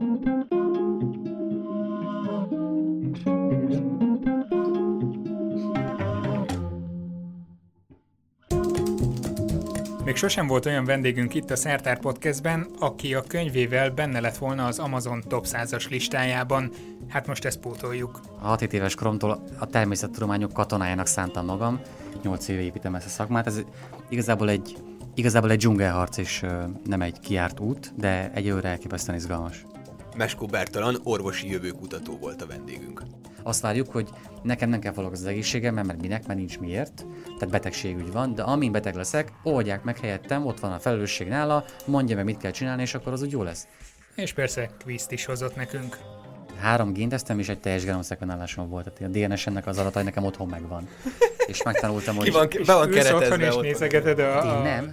Még sosem volt olyan vendégünk itt a Szertár Podcastben, aki a könyvével benne lett volna az Amazon Top 100-as listájában. Hát most ezt pótoljuk. A 6-7 éves koromtól a természettudományok katonájának szántam magam. 8 éve építem ezt a szakmát. Ez igazából egy dzsungelharc, és nem egy kijárt út, de egyelőre elképesztően izgalmas. Meskó Bertalan orvosi jövőkutató volt a vendégünk. Azt várjuk, hogy nekem nem kell foglalkozni az egészségem, mert minek, mert nincs miért. Tehát betegségügy van, de amin beteg leszek, oldják meg helyettem, ott van a felelősség nála, mondja meg, mit kell csinálni, és akkor az úgy jó lesz. És persze kvízt is hozott nekünk. 3 géntesztem, és egy teljes genomszekvenálásom volt. Tehát a DNS-ennek az adatai nekem otthon megvan. És megtanultam, hogy... Be van keretezve otthon. És nézegeted Én nem.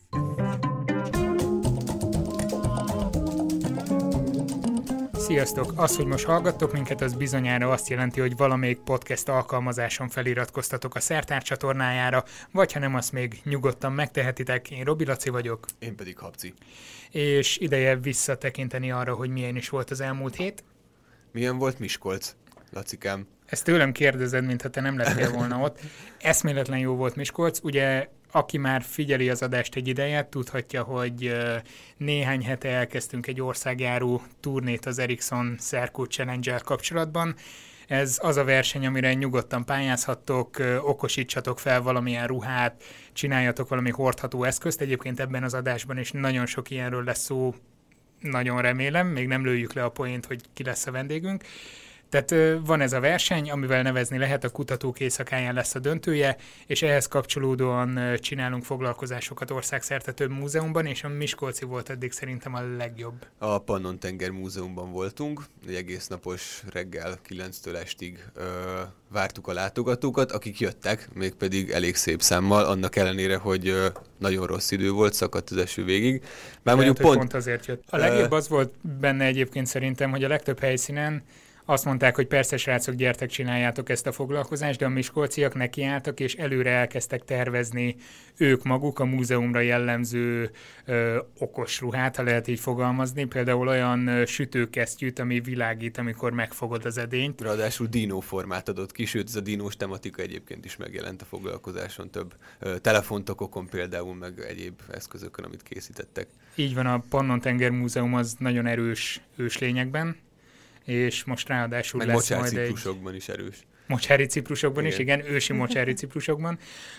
Sziasztok! Az, hogy most hallgattok minket, az bizonyára azt jelenti, hogy valamelyik podcast alkalmazáson feliratkoztatok a Szertár csatornájára, vagy ha nem, azt még nyugodtan megtehetitek. Én Robi Laci vagyok. Én pedig Habci. És ideje visszatekinteni arra, hogy milyen is volt az elmúlt hét. Milyen volt Miskolc, Lacikám? Ezt tőlem kérdezed, mintha te nem lettél volna ott. Eszméletlen jó volt Miskolc. Ugye, aki már figyeli az adást egy ideje, tudhatja, hogy néhány hete elkezdtünk egy országjáró turnét az Ericsson Serco Challenge-el kapcsolatban. Ez az a verseny, amire nyugodtan pályázhattok, okosítsatok fel valamilyen ruhát, csináljatok valami hordható eszközt. Egyébként ebben az adásban is nagyon sok ilyenről lesz szó, nagyon remélem, még nem lőjük le a poént, hogy ki lesz a vendégünk. Tehát van ez a verseny, amivel nevezni lehet, a Kutatók Éjszakáján lesz a döntője, és ehhez kapcsolódóan csinálunk foglalkozásokat országszerte több múzeumban, és a miskolci volt eddig szerintem a legjobb. A Pannon-tenger Múzeumban voltunk, egy egész napos reggel 9-től estig vártuk a látogatókat, akik jöttek, mégpedig elég szép számmal, annak ellenére, hogy nagyon rossz idő volt, szakadt az eső végig. Bár mondjuk pont azért jött. A legjobb az volt benne egyébként szerintem, hogy a legtöbb helyszínen azt mondták, hogy persze srácok, gyertek, csináljátok ezt a foglalkozást, de a miskolciak nekiálltak, és előre elkezdtek tervezni ők maguk a múzeumra jellemző okos ruhát, ha lehet így fogalmazni, például olyan sütőkesztyűt, ami világít, amikor megfogod az edényt. Ráadásul dinóformát adott ki, sőt ez a dinós tematika egyébként is megjelent a foglalkozáson, több telefontokokon például, meg egyéb eszközökön, amit készítettek. Így van, a Pannon-tenger Múzeum az nagyon erős őslényekben, és most ráadásul meg lesz majd egy... ciprusokban is erős. Mocsári ciprusokban is, igen, ősi mocsári ciprusokban.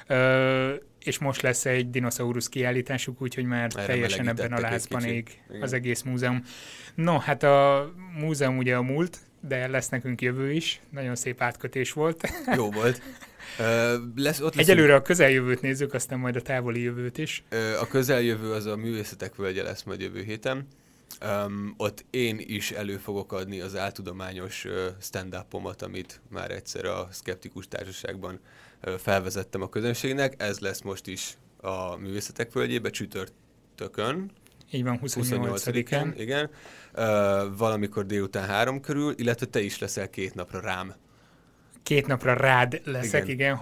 És most lesz egy dinoszaurusz kiállításuk, úgyhogy már erre teljesen ebben a lázban ég az egész múzeum. No, hát a múzeum ugye a múlt, de lesz nekünk jövő is. Nagyon szép átkötés volt. Jó volt. Egyelőre a közeljövőt nézzük, aztán majd a távoli jövőt is. A közeljövő az a Művészetek Völgye lesz majd jövő héten. Ott én is elő fogok adni az áltudományos stand-upomat, amit már egyszer a Szkeptikus Társaságban felvezettem a közönségnek. Ez lesz most is a Művészetek Völgyébe csütörtökön. Így van, 28-án. Igen. Valamikor délután 3 körül, illetve te is leszel 2 napra rám. 2 napra rád leszek, igen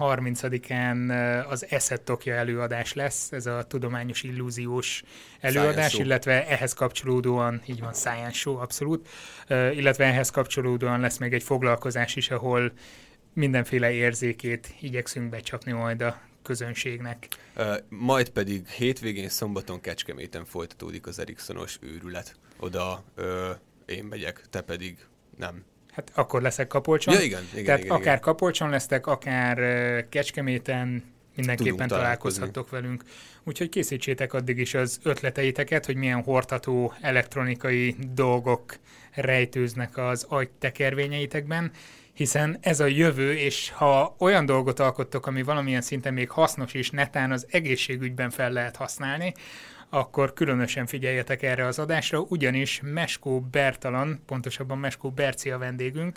30-án az Eszed Tokja előadás lesz, ez a tudományos illúziós előadás, illetve ehhez kapcsolódóan, így van, Science Show, abszolút, illetve ehhez kapcsolódóan lesz még egy foglalkozás is, ahol mindenféle érzékét igyekszünk becsapni majd a közönségnek. Majd pedig hétvégén, szombaton Kecskeméten folytatódik az Ericssonos őrület. Oda én megyek, te pedig nem. Hát akkor leszek Kapolcson. Ja, igen. Tehát akár Kapolcson lesztek, akár Kecskeméten, mindenképpen találkozhattok velünk. Úgyhogy készítsétek addig is az ötleteiteket, hogy milyen hordható elektronikai dolgok rejtőznek az agytekervényeitekben, hiszen ez a jövő, és ha olyan dolgot alkottok, ami valamilyen szinten még hasznos, és netán az egészségügyben fel lehet használni, akkor különösen figyeljetek erre az adásra, ugyanis Meskó Bertalan, pontosabban Meskó Berci a vendégünk.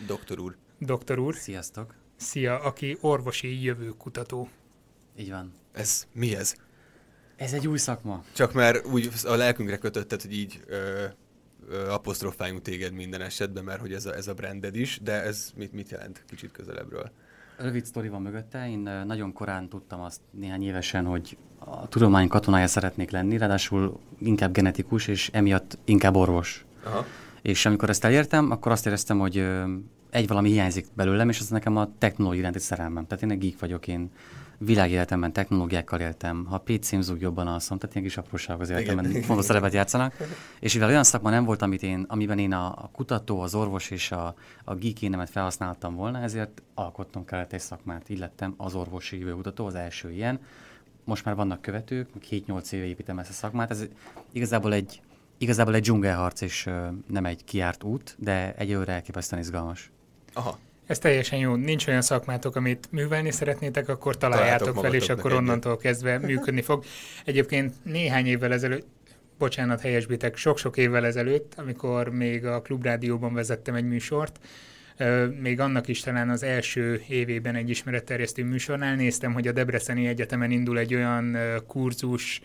Doktor úr. Sziasztok. Szia, aki orvosi jövőkutató. Így van. Ez mi ez? Ez egy új szakma. Csak már úgy a lelkünkre kötötted, hogy így apostrofáljunk téged minden esetben, mert hogy ez a branded is, de ez mit jelent kicsit közelebbről? Rövid sztori van mögötte. Én nagyon korán tudtam azt néhány évesen, hogy a tudomány katonája szeretnék lenni, ráadásul inkább genetikus, és emiatt inkább orvos. Aha. És amikor ezt elértem, akkor azt éreztem, hogy egy valami hiányzik belőlem, és ez nekem a technológia iránti szerelmem. Tehát én egy geek vagyok, én világéletemben technológiákkal éltem, ha a PC-m zúg, jobban alszom, tehát ilyen kis apróságok az életemben fontos szerepet játszanak. És mivel olyan szakma nem volt, amiben én a kutató, az orvos és a geek énemet felhasználtam volna, ezért alkotnom kellett egy szakmát. Így lettem az orvosi jövőkutató, az első ilyen. Most már vannak követők, 7-8 éve építem ezt a szakmát. Ez igazából egy dzsungelharc, és nem egy kijárt út, de egyelőre elképesztően izgalmas. Aha. Ez teljesen jó. Nincs olyan szakmátok, amit művelni szeretnétek, akkor találjátok fel, és akkor onnantól kezdve működni fog. Egyébként néhány évvel ezelőtt, bocsánat, helyesbitek, sok-sok évvel ezelőtt, amikor még a Klubrádióban vezettem egy műsort, még annak is talán az első évében egy ismeretterjesztő műsornál néztem, hogy a Debreceni Egyetemen indul egy olyan kurzus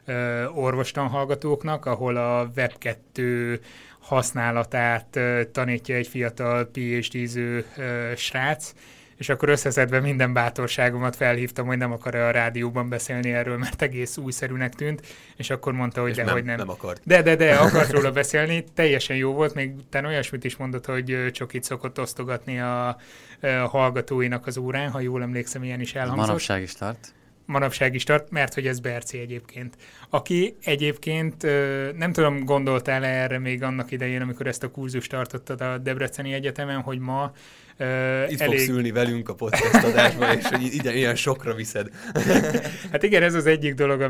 orvostanhallgatóknak, ahol a Web2 használatát tanítja egy fiatal PhD-ző srác, és akkor összeszedve minden bátorságomat felhívtam, hogy nem akar a rádióban beszélni erről, mert egész újszerűnek tűnt, és akkor mondta, hogy dehogy nem. Nem akart. De akart róla beszélni, teljesen jó volt, még utána olyasmit is mondott, hogy csokit szokott osztogatni a hallgatóinak az órán, ha jól emlékszem, ilyen is elhangzott. Manapság is tart. Mert hogy ez Berci egyébként. Aki egyébként, nem tudom, gondoltál erre még annak idején, amikor ezt a kurzust tartottad a Debreceni Egyetemen, hogy ma itt fogsz ülni velünk a podcast adásban, és hogy ilyen sokra viszed. Hát igen, ez az egyik dolog,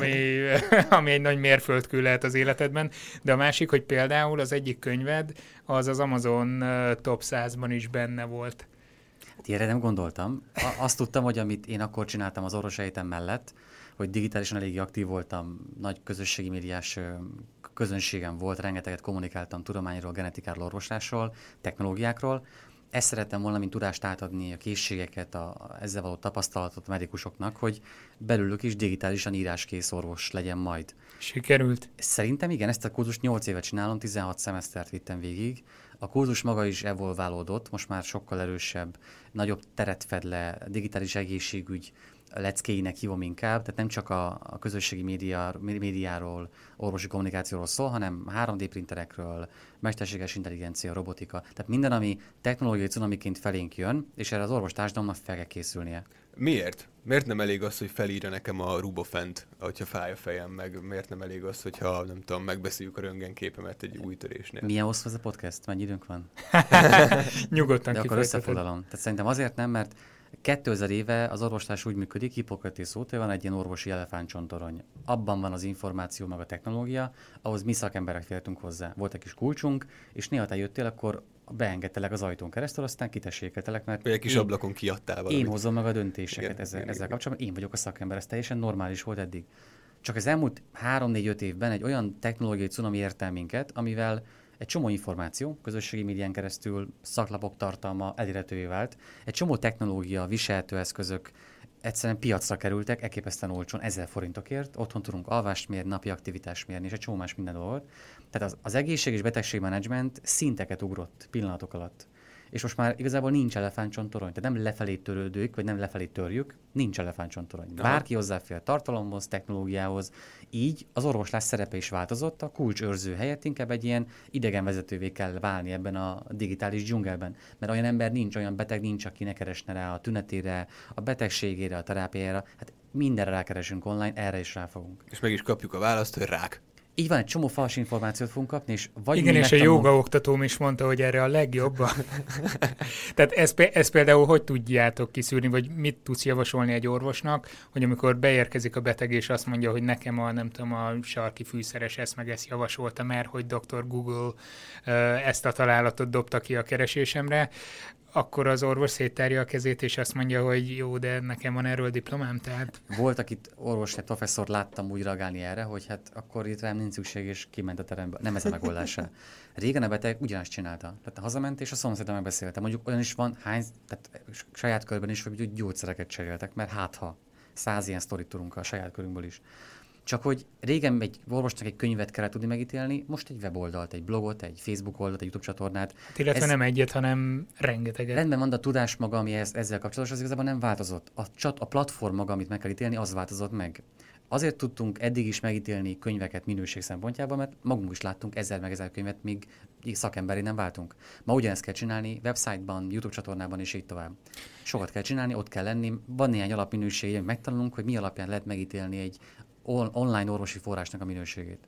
ami egy nagy mérföldkő lehet az életedben, de a másik, hogy például az egyik könyved az Amazon top 100-ban is benne volt. Erre nem gondoltam. Azt tudtam, hogy amit én akkor csináltam az orvosegyetem mellett, hogy digitálisan eléggé aktív voltam, nagy közösségi médiás közönségem volt, rengeteget kommunikáltam tudományról, genetikáról, orvoslásról, technológiákról. Ezt szerettem volna, mint tudást átadni, a készségeket, ezzel való tapasztalatot a medikusoknak, hogy belőlük is digitálisan íráskész orvos legyen majd. Sikerült? Szerintem igen, ezt a kurzust 8 évet csinálom, 16 szemesztert vittem végig. A kurzus maga is evolválódott, most már sokkal erősebb, nagyobb teret fed le, digitális egészségügy leckéinek hívom inkább, tehát nem csak a közösségi médiáról, orvosi kommunikációról szól, hanem 3D printerekről, mesterséges intelligencia, robotika, tehát minden, ami technológiai cunamiként felénk jön, és erre az orvostársadalomnak fel kell készülnie. Miért? Miért nem elég az, hogy felírja nekem a Rubofent, hogyha fáj a fejem, meg miért nem elég az, hogyha nem tudom, megbeszéljük a röntgenképemet egy új törésnél? Milyen hosszú ez a podcast? Mennyi időnk van? Nyugodtan de akkor összefoglalom. Tehát szerintem azért nem, mert 2000 éve az orvoslás úgy működik, Hippokratész óta van egy ilyen orvosi elefántcsontorony. Abban van az információ, meg a technológia, ahhoz mi szakemberek féltünk hozzá. Volt egy kis kulcsunk, és néha te jöttél, akkor beengedtelek az ajtón keresztül, aztán kitessékeltelek, mert egy kis ablakon kiadtál valamit. Én hozom meg a döntéseket ezzel kapcsolatban, én vagyok a szakember, ez teljesen normális volt eddig. Csak az elmúlt 3-4-5 évben egy olyan technológiai cunami ért el minket, amivel egy csomó információ, közösségi médián keresztül, szaklapok tartalma elérhetővé vált, egy csomó technológia, viselhető eszközök egyszerűen piacra kerültek, elképesztően olcsón, 1000 forintokért, otthon tudunk alvást mérni, napi aktivitást mérni, és egy csomó más minden dolgot. Tehát az egészség és betegségmenedzsment szinteket ugrott pillanatok alatt. És most már igazából nincs elefántcsontorony, tehát nem lefelé törődők, vagy nem lefelé törjük, nincs elefántcsontorony. Bárki hozzáfér tartalomhoz, technológiához, így az orvoslás szerepe is változott, a kulcsőrző helyett inkább egy ilyen idegenvezetővé kell válni ebben a digitális dzsungelben. Mert olyan ember nincs, olyan beteg nincs, aki ne keresne rá a tünetére, a betegségére, a terápiájára. Hát mindenre rákeresünk online, erre is ráfogunk. És meg is kapjuk a választ, hogy rák. Így van, egy csomó fals információt fogunk kapni, és vagy igen, és a jogaoktatóm is mondta, hogy erre a legjobb. Tehát ezt például hogy tudjátok kiszűrni, vagy mit tudsz javasolni egy orvosnak, hogy amikor beérkezik a beteg, és azt mondja, hogy nekem a sarki fűszeres ezt meg ezt javasolta, mert hogy Dr. Google ezt a találatot dobta ki a keresésemre, akkor az orvos széttárja a kezét, és azt mondja, hogy jó, de nekem van erről diplomám, tehát... Volt, akit orvos, egy professzort láttam úgy reagálni erre, hogy hát akkor itt rám nincs szükség, és kiment a terembe. Nem ez a megoldása. Régen a beteg ugyanazt csinálta. Tehát hazament, és a szomszéddal megbeszélte. Mondjuk olyan is van, tehát saját körben is, hogy gyógyszereket cseréltek, mert hát ha 100 ilyen sztorit tudunk a saját körünkből is. Csak hogy régen egy orvosnak egy könyvet kellett tudni megítélni, most egy weboldalt, egy blogot, egy Facebook oldalt, egy YouTube csatornát. Illetve nem egyet, hanem rengeteget. Rendben van, a tudás maga, ami ezzel kapcsolatos, az igazából nem változott. A platform maga, amit meg kell ítélni, az változott meg. Azért tudtunk eddig is megítélni könyveket minőség szempontjából, mert magunk is láttunk 1000 meg 1000 könyvet, míg szakemberé nem váltunk. Ma ugyanezt kell csinálni website-ban, YouTube csatornában és így tovább. Sokat kell csinálni, ott kell lenni, van néhány alapminőség, amit megtanulunk, hogy mi alapján lehet megítélni egy online orvosi forrásnak a minőségét.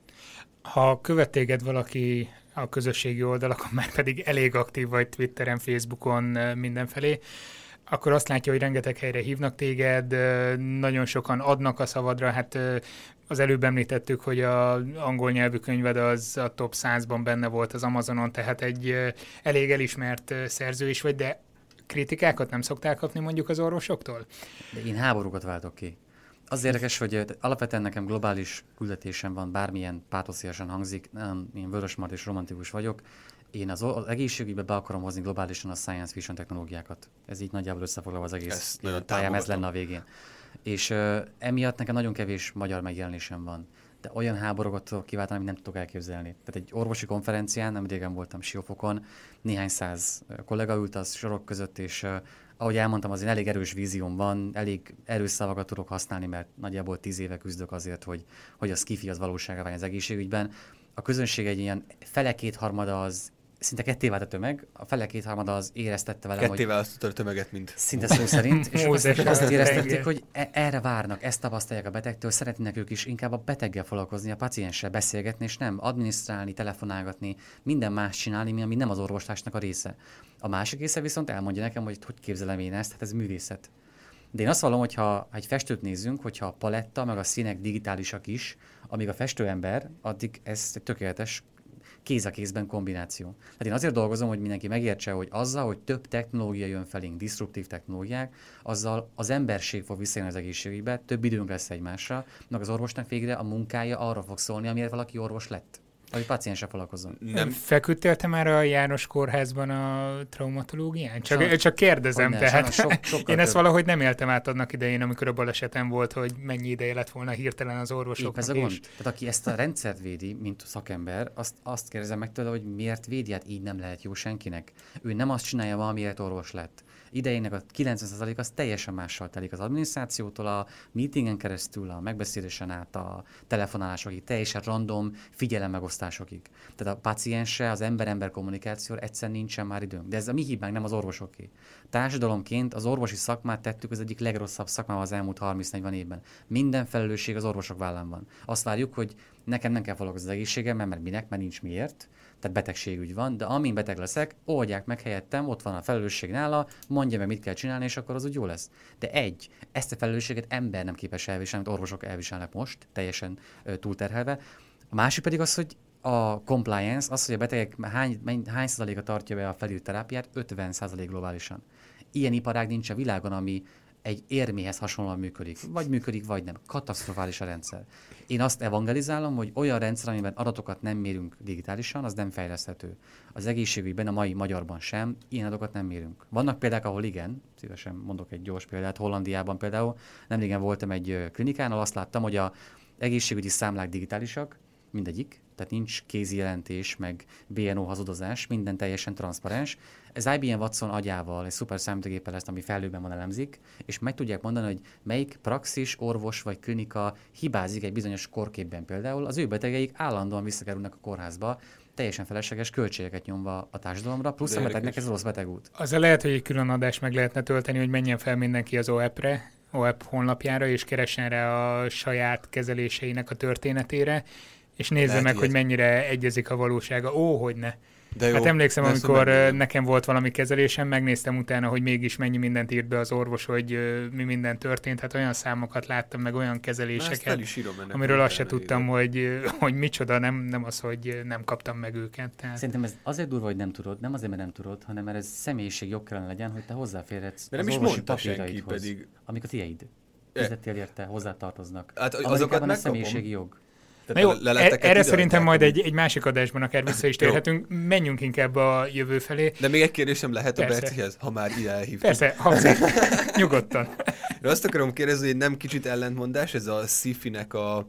Ha követ téged valaki a közösségi oldalakon, már pedig elég aktív vagy Twitteren, Facebookon, mindenfelé, akkor azt látja, hogy rengeteg helyre hívnak téged, nagyon sokan adnak a szavadra, hát az előbb említettük, hogy az angol nyelvű könyved az a top 100-ban benne volt az Amazonon, tehát egy elég elismert szerző is vagy, de kritikákat nem szoktál kapni mondjuk az orvosoktól? De én háborúkat váltok ki. Az érdekes, hogy alapvetően nekem globális küldetésem van, bármilyen pátosziasan hangzik, én vörösmart és romantikus vagyok. Én az egészségügybe be akarom hozni globálisan a science fiction technológiákat. Ez így nagyjából összefoglalva az egész pályám, ez lenne a végén. És emiatt nekem nagyon kevés magyar megjelenésem van. De olyan háborúkat tudok kiváltani, amit nem tudok elképzelni. Tehát egy orvosi konferencián, nem régen voltam Siófokon, néhány száz kollega ült az sorok között, és ahogy elmondtam, azért elég erős vízióm van, elég erős szavakat tudok használni, mert nagyjából 10 éve küzdök azért, hogy a skifi az valóságá váljon az egészségügyben. A közönség egy ilyen fele-kétharmada az szinte ketté vált a tömeg, a fele-kétharmada az éreztette velem, ketté választotta a tömeget, mint... Szinte szó szerint, és azt éreztették, hogy erre várnak, ezt tapasztalják a betegtől, szeretnének ők is inkább a beteggel foglalkozni, a pacienssel beszélgetni, és nem adminisztrálni, telefonálgatni, minden más csinálni, ami nem az orvoslásnak a része. A másik része viszont elmondja nekem, hogy képzelem én ezt, hát ez művészet. De én azt vallom, hogy ha egy festőt nézzünk, hogyha a paletta, meg a színek digitálisak is, amíg a festőember, addig ez egy tökéletes kéz a kézben kombináció. Hát én azért dolgozom, hogy mindenki megértse, hogy azzal, hogy több technológia jön felénk, diszruptív technológiák, azzal az emberség fog visszajönni az egészségügybe, több időnk lesz egymásra, meg az orvosnak végre a munkája arra fog szólni, amiért valaki orvos lett. Hogy pacienssel foglalkozzon. Nem feküdtél te már a János Kórházban a traumatológián? Csak kérdezem, tehát én ezt valahogy nem éltem át annak idején, amikor a balesetem volt, hogy mennyi ideje lett volna hirtelen az orvosoknak. Ez a gond. Tehát aki ezt a rendszert védi, mint szakember, azt kérdezem meg tőle, hogy miért védi, hát így nem lehet jó senkinek. Ő nem azt csinálja valamiért orvos lett. Idejének a 90% az teljesen mással telik az adminisztrációtól, a meetingen keresztül, a megbeszélésen át, a telefonálásokig, teljesen random figyelemmegosztásokig. Tehát a paciense, az ember-ember kommunikációra egyszer nincsen már időnk. De ez a mi hibánk, nem az orvosoké. Társadalomként az orvosi szakmát tettük az egyik legrosszabb szakmával az elmúlt 30-40 évben. Minden felelősség az orvosok vállán van. Azt várjuk, hogy nekem nem kell foglalkozni az egészségemmel, mert minek, mert nincs miért. Tehát betegségügy van, de amin beteg leszek, oldják meg helyettem, ott van a felelősség nála, mondja meg, mit kell csinálni, és akkor az úgy jó lesz. De ezt a felelősséget ember nem képes elviselni, amit orvosok elviselnek most, teljesen túlterhelve. A másik pedig az, hogy a compliance, az, hogy a betegek hány százaléka tartja be a felírt terápiát, 50% globálisan. Ilyen iparág nincs a világon, ami egy érméhez hasonlóan működik. Vagy működik, vagy nem. Katasztrofális a rendszer. Én azt evangelizálom, hogy olyan rendszer, amiben adatokat nem mérünk digitálisan, az nem fejleszthető. Az egészségügyben, a mai magyarban sem, ilyen adatokat nem mérünk. Vannak példák, ahol igen, szívesen mondok egy gyors példát, Hollandiában például. Nemrégen voltam egy klinikán, ahol azt láttam, hogy az egészségügyi számlák digitálisak, mindegyik, tehát nincs kézi jelentés, meg BNO hazudozás, minden teljesen transzparens. Ez IBM Watson agyával, egy szuper számítógéppel ezt, ami felhőben van, elemzik, és meg tudják mondani, hogy melyik praxis, orvos vagy klinika hibázik egy bizonyos korképben például, az ő betegeik állandóan visszakerülnek a kórházba, teljesen felesleges költségeket nyomva a társadalomra, plusz a betegnek ez rossz betegút. Az lehet, hogy egy külön adást meg lehetne tölteni, hogy menjen fel mindenki az OEP-re, OEP honlapjára, és keressen rá a saját kezeléseinek a történetére, és nézze lehet meg, ilyet, hogy mennyire egyezik a valósága. Hogyne. De jó, hát emlékszem, amikor nekem volt valami kezelésem, megnéztem utána, hogy mégis mennyi mindent írt be az orvos, hogy mi minden történt. Hát olyan számokat láttam, meg olyan kezeléseket, amiről azt se tudtam, hogy micsoda, nem az, hogy nem kaptam meg őket. Tehát... Szerintem ez azért durva, hogy nem tudod, nem azért, mert nem tudod, hanem mert ez személyiség jog kellene legyen, hogy te hozzáférhetsz az orvosi papíraidhoz, amik a tiéd. Fizettél érte, hozzátartoznak. Hát azokat a személyiségi jog. Na jó, erre szerintem majd egy másik adásban akár vissza is térhetünk. Menjünk inkább a jövő felé. De még egy kérdésem lehet a Bercihez, ha már ide elhívtuk. Persze, nyugodtan. De azt akarom kérdezni, hogy nem kicsit ellentmondás ez a sci-fi-nek a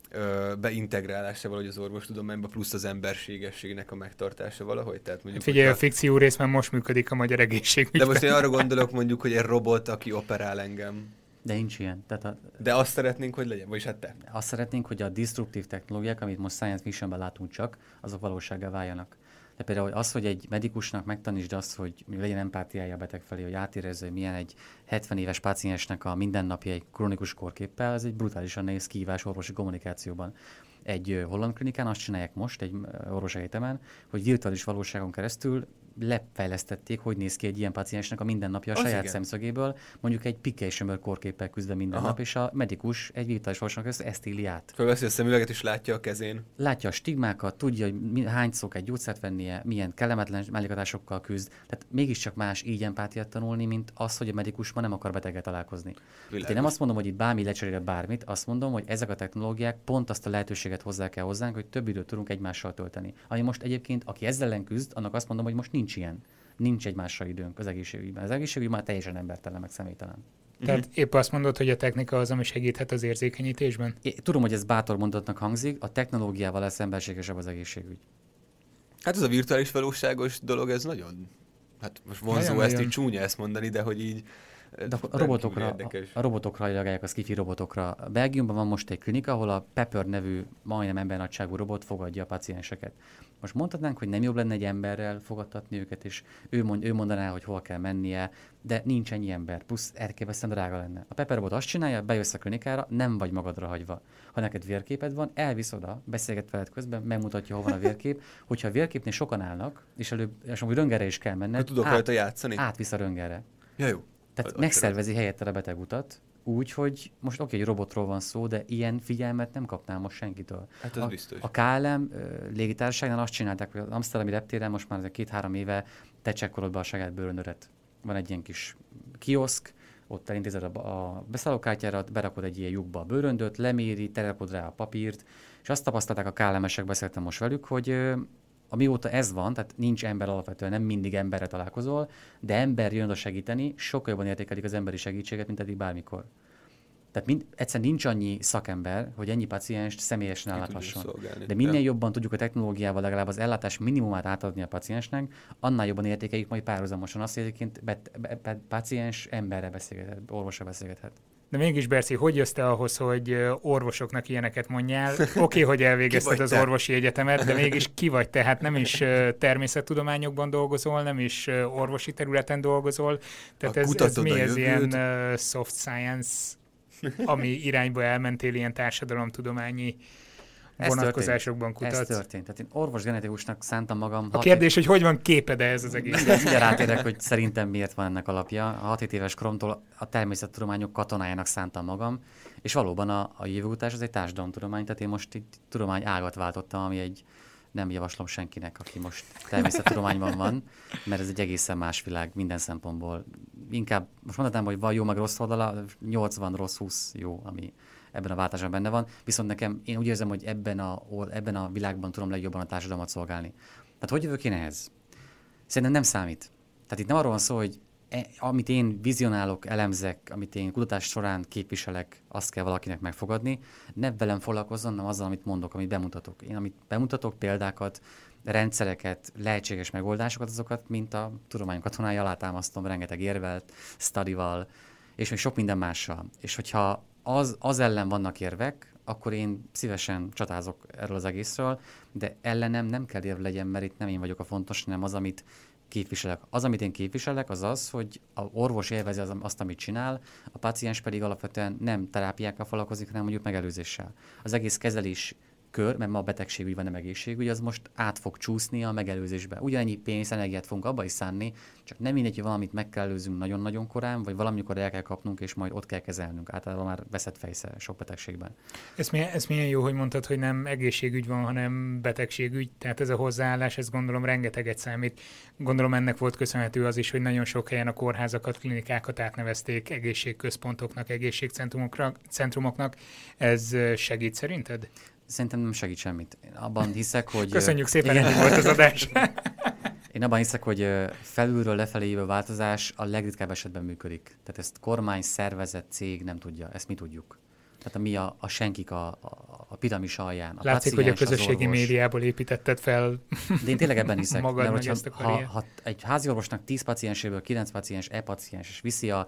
beintegrálása valahogy az orvostudományba, plusz az emberségességnek a megtartása valahogy? Tehát mondjuk, figyelj, a fikció rész már most működik a magyar egészségügyben. De most én arra gondolok mondjuk, hogy egy robot, aki operál engem. De nincs ilyen. De azt szeretnénk, hogy legyen, vagyis hát te. Azt szeretnénk, hogy a disruptív technológiák, amit most science fictionben látunk csak, azok valósággá váljanak. De például az, hogy egy medikusnak megtanítsd azt, hogy legyen empátiája a beteg felé, hogy átérezze, hogy milyen egy 70 éves páciensnek a mindennapja egy krónikus kórképpel, ez egy brutálisan nehéz kihívás orvosi kommunikációban. Egy holland klinikán azt csinálják most, egy orvosegyetemen, hogy virtuális valóságon keresztül lefejlesztették, hogy néz ki egy ilyen páciensnek a mindennapja a saját szemszögéből, mondjuk egy pikkely-sömör kórképpel küzd minden nap, és a medikus egy virtuális valóságon keresztül ezt éli át. Fölveszi a szemüveget és látja a kezén. Látja a stigmákat, tudja, hogy hányszor kell gyógyszert vennie, milyen kellemetlen mellékhatásokkal küzd. Tehát mégiscsak más így empátiát tanulni, mint az, hogy a medikus ma nem akar beteggel találkozni. Én nem azt mondom, hogy itt bármi lecserél bármit, azt mondom, hogy ezek a technológiák pont azt a lehetőséget hozzá kell hozzánk, hogy több időt tudunk egymással tölteni. Ami most egyébként, aki ezzel ellen küzd, annak azt mondom, hogy most nincs ilyen. Nincs egymásra időnk az egészségügyben. Az egészségügy már teljesen embertelen, meg személytelen. Tehát épp azt mondod, hogy a technika az, ami segíthet az érzékenyítésben? Tudom, hogy ez bátor mondatnak hangzik, a technológiával lesz emberségesebb az egészségügy. Hát ez a virtuális valóságos dolog, ez nagyon, hát most vonzó ezt így csúnya ezt mondani, de hogy így de a robotokra reagálják, a skifi robotokra. Belgiumban van most egy klinika, ahol a Pepper nevű, majdnem embernagyságú robot fogadja a pacienseket. Most mondhatnánk, hogy nem jobb lenne egy emberrel fogadtatni őket, és ő mondaná, hogy hol kell mennie, de nincs ennyi ember, plusz elképesztően drága lenne. A Pepper robot azt csinálja, bejössz a klinikára, nem vagy magadra hagyva. Ha neked vérképed van, elvisz oda, beszélget veled közben, megmutatja, hol van a vérkép. Hogyha a vérképnél sokan állnak, és amúgy röntgenre is kell menned, tudok rajta játszani? Átvisz a röntgenre. Ja, jó. Tehát megszervezi helyette a betegutat, úgy, hogy most oké, egy robotról van szó, de ilyen figyelmet nem kapnál most senkitől. Hát ez biztos. A KLM légitársaságnál azt csinálták, hogy az Amsterdami reptéren most már 2-3 éve te csekkolod be a saját bőröndöret. Van egy ilyen kis kioszk, ott elintézed a beszállókártyárat, berakod egy ilyen lyukba a bőröndöt, leméri, terakod rá a papírt, és azt tapasztalták a KLM-esek, beszéltem most velük, hogy amióta ez van, tehát nincs ember alapvetően, nem mindig emberre találkozol, de ember jön oda segíteni, sokkal jobban értékelik az emberi segítséget, mint eddig bármikor. Tehát egyszerűen nincs annyi szakember, hogy ennyi pacienst személyesen elláthasson. De minél jobban tudjuk a technológiával legalább az ellátás minimumát átadni a paciensnek, annál jobban értékeljük majd párhuzamosan azt, hogy egyébként paciens emberre beszélgethet, orvosra beszélgethet. De mégis, Berci, hogy jössz te ahhoz, hogy orvosoknak ilyeneket mondjál? Oké, hogy elvégezted az orvosi egyetemet, de mégis ki vagy te? Hát nem is természettudományokban dolgozol, nem is orvosi területen dolgozol. Tehát ez mi ez ilyen soft science, ami irányba elmentél, ilyen társadalomtudományi vonatkozásokban kutatsz? Ez történt. Tehát én orvos-genetikusnak szántam magam. A kérdés, hogy van képed ez az egész? Mindjárt rátérek, hogy szerintem miért van ennek alapja. A 6-7 éves koromtól a természettudományok katonájának szántam magam, és valóban a jövőutás az egy társadalomtudomány, tehát én most itt tudomány ágat váltottam, ami egy nem javaslom senkinek, aki most természettudományban van, mert ez egy egészen más világ minden szempontból. Inkább most mondhatnám, hogy van jó meg rossz oldala, 80 rossz, 20 jó, ami ebben a váltásban benne van. Viszont nekem, én úgy érzem, hogy ebben a világban tudom legjobban a társadalmat szolgálni. Tehát hogy jövök én ehhez? Szerintem nem számít. Tehát itt nem arról van szó, hogy amit én vizionálok, elemzek, amit én kutatás során képviselek, azt kell valakinek megfogadni. Ne velem foglalkozzon, hanem azzal, amit mondok, amit bemutatok. Én amit bemutatok, példákat, rendszereket, lehetséges megoldásokat, azokat, mint a tudomány katonája, alátámasztom rengeteg érvelt, studival, és még sok minden mással. És hogyha az ellen vannak érvek, akkor én szívesen csatázok erről az egészről, de ellenem nem kell érv legyen, mert itt nem én vagyok a fontos, hanem az, amit képviselek. Az, amit én képviselek, az az, hogy a orvos élvezi azt, amit csinál, a páciens pedig alapvetően nem terápiákkal foglalkozik, hanem mondjuk megelőzéssel. Az egész kezelés kör, mert ma a betegségügy van, nem egészségügy, az most át fog csúszni a megelőzésbe. Ugyanennyi pénzt, energiát fogunk abba is szánni, csak nem mindegy, hogy valamit meg kell előzünk nagyon-nagyon korán, vagy valamikor el kell kapnunk, és majd ott kell kezelnünk. Általában már veszett fejsze sok betegségben. Ez milyen jó, hogy mondtad, hogy nem egészségügy van, hanem betegségügy. Tehát ez a hozzáállás, ez gondolom rengeteget számít. Gondolom ennek volt köszönhető az is, hogy nagyon sok helyen a kórházakat, klinikákat átnevezték egészségközpontoknak, egészségcentrumoknak. Ez segít szerinted? Szerintem nem segít semmit. Én abban hiszek, hogy... Köszönjük szépen, ennyi volt az adás. Én abban hiszek, hogy felülről lefelé jövő változás a legritkább esetben működik. Tehát ezt kormány, szervezet, cég nem tudja. Ezt mi tudjuk. Tehát mi a senkik a piramis alján. A látszik, hogy a közösségi médiából építetted fel. De én tényleg ebben hiszek. Magadnak mert ha egy házi orvosnak 10 pacienséből 9 paciens, e-paciens, és viszi a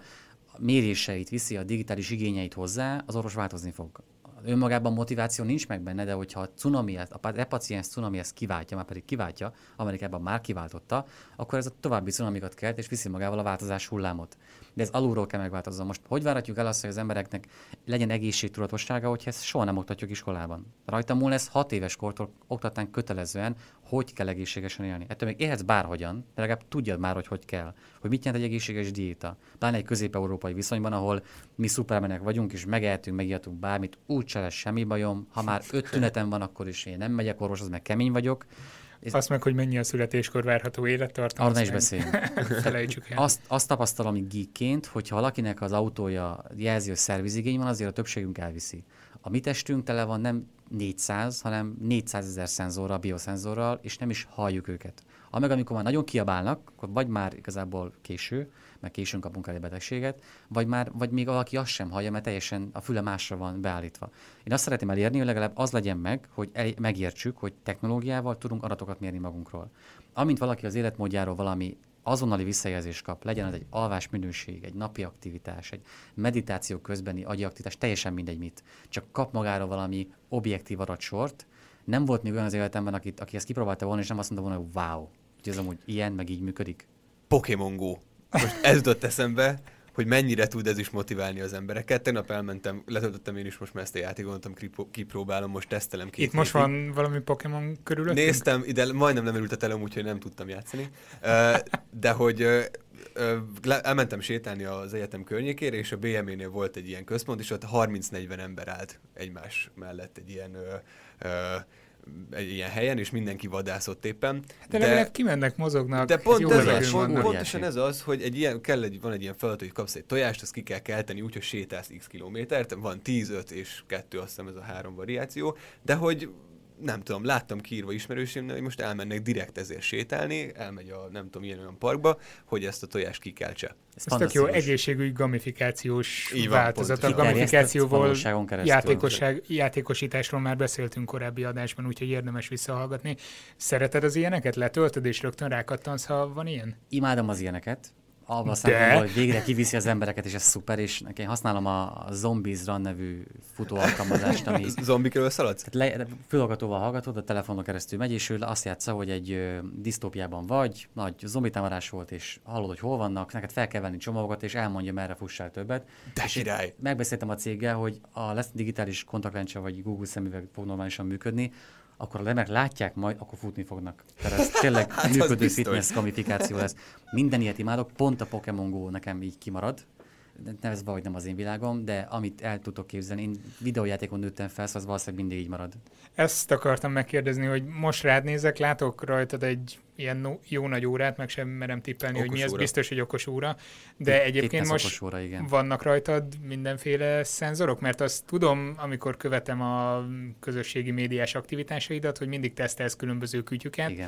méréseit viszi, a digitális igényeit hozzá, az orvos változni fog. Önmagában motiváció nincs meg benne, de hogyha a cunami, a e-paciens cunami ezt kiváltja, már pedig kiváltja, Amerikában már kiváltotta, akkor ez a további cunamikat kelt, és viszi magával a változás hullámot. De ez alulról kell megváltozni. Most hogy várhatjuk el azt, hogy az embereknek legyen egészségtudatossága, hogyha ezt soha nem oktatjuk iskolában? Rajta múlva lesz 6 éves kortól oktatnánk kötelezően, hogy kell egészségesen élni. Ettől még élhetsz bárhogyan, de legalább tudjad már, hogy kell. Hogy mit jelent egy egészséges diéta. Pláne egy közép-európai viszonyban, ahol mi szupermenek vagyunk, és megehetünk, megijatunk bármit, úgyse lesz semmi bajom. Ha már 5 tünetem van, akkor is én nem megyek orvoshoz, meg kemény vagyok. Azt meg, hogy mennyi a születéskor várható élettartam. Arra ne is beszéljünk. Felejtsük el. Azt tapasztalom geekként, hogyha valakinek az autója jelzi, hogy szervizigény van, azért a többségünk elviszi. A mi testünk tele van nem 400, hanem 400 000 szenzorral, bioszenzorral, és nem is halljuk őket. Amikor már nagyon kiabálnak, akkor vagy már igazából késő, mert későn kapunk el egy betegséget, vagy még valaki azt sem hallja, mert teljesen a füle másra van beállítva. Én azt szeretném elérni, hogy legalább az legyen meg, hogy megértsük, hogy technológiával tudunk adatokat mérni magunkról. Amint valaki az életmódjáról valami azonnali visszajelzést kap, legyen az egy alvás minőség, egy napi aktivitás, egy meditáció közbeni agyi aktivitás, teljesen mindegy mit. Csak kap magára valami objektív adatsort. Nem volt még olyan az életemben, aki ezt kipróbálta volna, és nem azt mondta volna, hogy wow, hogy ez amúgy ilyen, meg így működik. Pokémon Go. Most ez jutott eszembe, hogy mennyire tud ez is motiválni az embereket. Tegnap elmentem, letöltöttem én is most már ezt a játékot, mondtam, kipróbálom, most tesztelem 2 Itt most van valami Pokémon körülöttünk? Néztem, ide majdnem nem örült a telem, úgyhogy nem tudtam játszani. De hogy elmentem sétálni az egyetem környékére, és a BME-nél volt egy ilyen központ, és ott 30-40 ember állt egymás mellett egy ilyen helyen, és mindenki vadászott éppen. De legalább kimennek, mozognak. De pont pontosan ez az, hogy van egy ilyen feladat, hogy kapsz egy tojást, azt ki kell kelteni úgy, hogy sétálsz x kilométert, van 10, 5 és 2, azt hiszem ez a 3 variáció, de hogy nem tudom, láttam kiírva ismerősémnél, hogy most elmennek direkt ezért sétálni, elmegy a nem tudom, ilyen parkba, hogy ezt a tojást kikeltse. Ez tök jó egészségügy gamifikációs változat. A gamifikációval játékosításról már beszéltünk korábbi adásban, úgyhogy érdemes visszahallgatni. Szereted az ilyeneket? Letöltöd és rögtön rákattansz, ha van ilyen? Imádom az ilyeneket. Abban szempontból, hogy végre kiviszi az embereket, és ez szuper, és nekem használom a Zombies Run nevű futó alkalmazást, ami... Zombikről szaladsz? Fülhallgatóval hallgatod, a telefonon keresztül megy, és ő azt játsza, hogy egy disztópiában vagy, nagy zombitámadás volt, és hallod, hogy hol vannak, neked fel kell venni csomagokat, és elmondja, merre fussál többet. De király! Megbeszéltem a céggel, hogy lesz digitális kontaktlencse, vagy Google szemüveg fog normálisan működni, akkor ha emberek látják majd, akkor futni fognak. Tehát ez tényleg működő fitness gamifikáció lesz. Minden ilyet imádok, pont a Pokémon Go nekem így kimarad. Ez valahogy nem az én világom, de amit el tudok képzelni, én videójátékon nőttem fel, szóval valószínűleg mindig így marad. Ezt akartam megkérdezni, hogy most rád nézek, látok rajtad egy ilyen jó nagy órát, meg sem merem tippelni, okos hogy mi ez, biztos, hogy okos óra, de egyébként most óra, igen. Vannak rajtad mindenféle szenzorok, mert azt tudom, amikor követem a közösségi médiás aktivitásaidat, hogy mindig tesztelsz különböző kütyüket. Igen.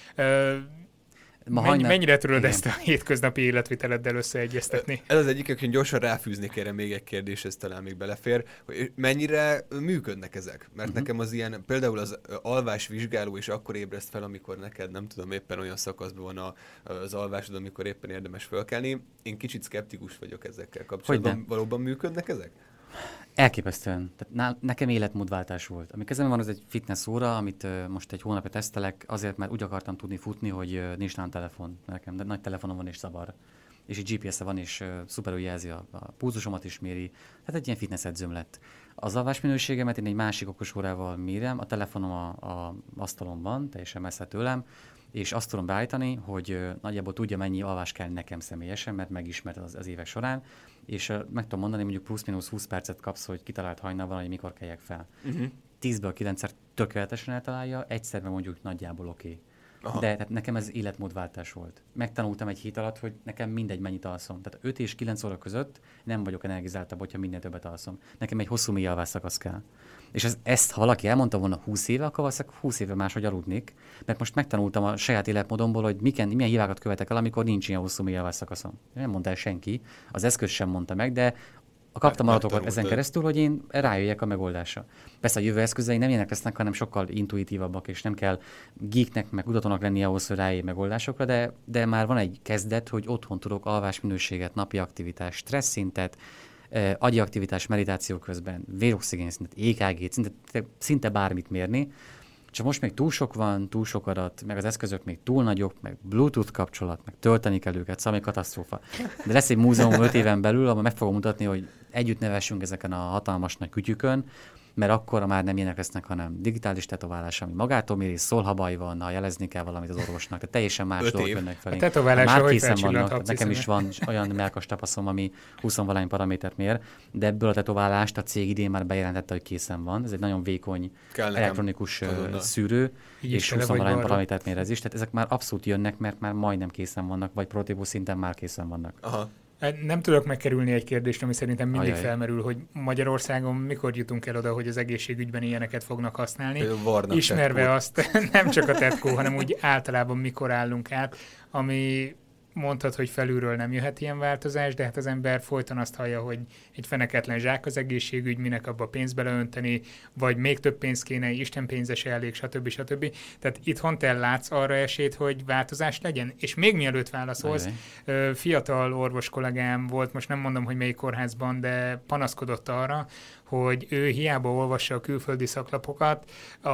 Mennyire tudod ezt a hétköznapi életviteleddel összeegyeztetni? Ez az egyik, hogy gyorsan ráfűznék erre még egy kérdés, ez talán még belefér, hogy mennyire működnek ezek? Mert nekem az ilyen, például az alvásvizsgáló is akkor ébreszt fel, amikor neked, nem tudom, éppen olyan szakaszban van az alvásod, amikor éppen érdemes fölkelni. Én kicsit szkeptikus vagyok ezekkel kapcsolatban. Valóban működnek ezek? Elképesztően. Tehát nekem életmódváltás volt. Ami kezemben van, az egy fitness óra, amit most egy hónapja tesztelek, azért, mert úgy akartam tudni futni, hogy nincs nálam telefon. Nekem de nagy telefonom van és zavar. És egy GPS-e van, és szuperül jelzi a pulzusomat is méri. Tehát egy ilyen fitness edzőm lett. Az alvás minőségemet én egy másik okos órával mérem, a telefonom a asztalon van, teljesen messze tőlem, és azt tudom beállítani, hogy nagyjából tudja, mennyi alvás kell nekem személyesen, mert megismert az évek során, és meg tudom mondani, mondjuk plusz-minusz 20 percet kapsz, hogy kitalált hajnalban, hogy mikor keljek fel. 10-ből 9-szer tökéletesen eltalálja, egyszerben mondjuk nagyjából oké. De tehát nekem ez életmódváltás volt. Megtanultam egy hét alatt, hogy nekem mindegy, mennyit alszom. Tehát 5 és 9 óra között nem vagyok energizáltabb, hogyha minél többet alszom. Nekem egy hosszú mély alvás szakasz kell. És ezt, ha valaki elmondta volna 20 éve, akkor valószínűleg 20 éve máshogy aludnék, mert most megtanultam a saját életmódomból, hogy milyen hibákat követek el, amikor nincs ilyen hosszú mély alvás szakaszom. Nem mondta el senki, az eszköz sem mondta meg, de kaptam adatokat ezen keresztül, hogy én rájöjjek a megoldásra. Persze a jövő eszközei nem ilyenek lesznek, hanem sokkal intuitívabbak, és nem kell geeknek, meg kutatónak lenni ahhoz, hogy rájöjj megoldásokra, de már van egy kezdet, hogy otthon tudok alvásminőséget, napi aktivitás, stressz szintet, agyi aktivitás, meditáció közben, véroxigén szintet, EKG-t, szinte bármit mérni. Csak most még túl sok van, túl sok adat, meg az eszközök még túl nagyok, meg Bluetooth kapcsolat, meg tölteni kell őket, szóval még katasztrófa. De lesz egy múzeum 5 éven belül, ahol meg fogom mutatni, hogy együtt nevessünk ezeken a hatalmas nagy kütyükön, mert akkor már nem ilyenek lesznek, hanem digitális tetoválás, ami magától méri, szól, ha baj van, ha jelezni kell valamit az orvosnak. Tehát teljesen más dolgok jönnek felé. A tetoválásra már készen vannak. Nekem is van olyan melkas tapaszom, ami 20-valány paramétert mér, de ebből a tetoválást a cég idén már bejelentette, hogy készen van. Ez egy nagyon vékony elektronikus szűrő, és 20-valány paramétert mér ez is. Tehát ezek már abszolút jönnek, mert már majdnem készen vannak, vagy prototípus szinten már készen vannak. Aha. Nem tudok megkerülni egy kérdést, ami szerintem mindig felmerül, hogy Magyarországon mikor jutunk el oda, hogy az egészségügyben ilyeneket fognak használni. Ismerve azt, nem csak a tetkó, hanem úgy általában mikor állunk át, ami mondhat, hogy felülről nem jöhet ilyen változás, de hát az ember folyton azt hallja, hogy egy feneketlen zsák az egészségügy, minek abba pénzt beleönteni, vagy még több pénz kéne, Isten pénze se elég, stb. Tehát itthon te látsz arra esélyt, hogy változás legyen? És még mielőtt válaszolsz, fiatal orvos kollégám volt, most nem mondom, hogy melyik kórházban, de panaszkodott arra, hogy ő hiába olvassa a külföldi szaklapokat,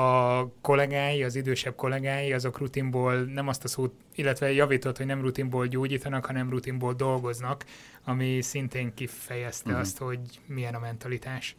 a kollégái, az idősebb kollégái, azok rutinból nem azt a szót, illetve javított, hogy nem rutinból gyógyítanak, hanem rutinból dolgoznak, ami szintén kifejezte azt, hogy milyen a mentalitás.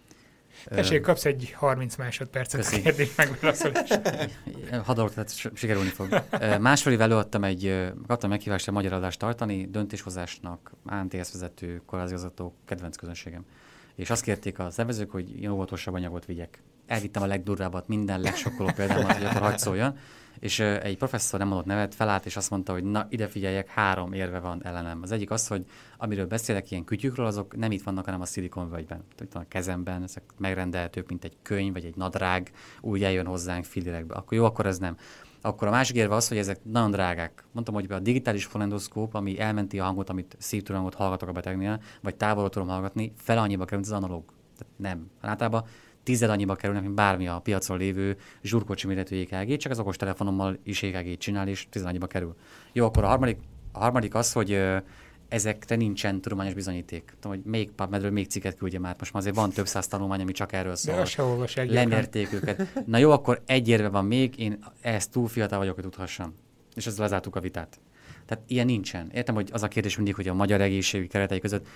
Tessék, kapsz egy 30 másodpercet a kérdés megválaszolásra. Hadolok, tehát sikerülni fog. Másfél év előadtam kaptam meghívást a magyar adást tartani, döntéshozásnak, ANTS vezető, kórházigazgató, kedvenc közönségem. És azt kérték a szervezők, hogy én óvatosabb anyagot vigyek. Elvittem a legdurvábbat, minden legsokkoló példámat, hogy akkor hadd szóljon. És egy professzor, nem mondott nevet, felállt, és azt mondta, hogy na, ide figyeljek, 3 érve van ellenem. Az egyik az, hogy amiről beszélek ilyen kütyükről, azok nem itt vannak, hanem a szilikonvölgyben. Itt van a kezemben, ezek megrendelhetők, mint egy könyv, vagy egy nadrág, úgy eljön hozzánk fillérekbe. Akkor jó, akkor ez nem. Akkor a másik érve az, hogy ezek nagyon drágák. Mondtam, hogy a digitális fonendoszkóp, ami elmenti a hangot, amit szívtőhangot hallgatok a betegnél, vagy távolról tudom hallgatni, fel annyiba kerül, mint az analóg. Tehát nem. Általában 10 annyiba kerülnek, mint bármi a piacon lévő zsúrkocsi méretű EKG, csak az okostelefonommal is EKG-t csinál, és 10 annyiba kerül. Jó, akkor a harmadik az, hogy ezekre nincsen tudományos bizonyíték. Tudom, hogy még PubMedről még cikket küldje már. Most már azért van több száz tanulmány, ami csak erről szól. De azt se olvasják. Lemérték őket. Na jó, akkor egy érve van még, én ezt túl fiatal vagyok, hogy tudhassam. És ezzel lezártuk a vitát. Tehát ilyen nincsen. Értem, hogy az a kérdés mindig, hogy a magyar egészségügy keretei között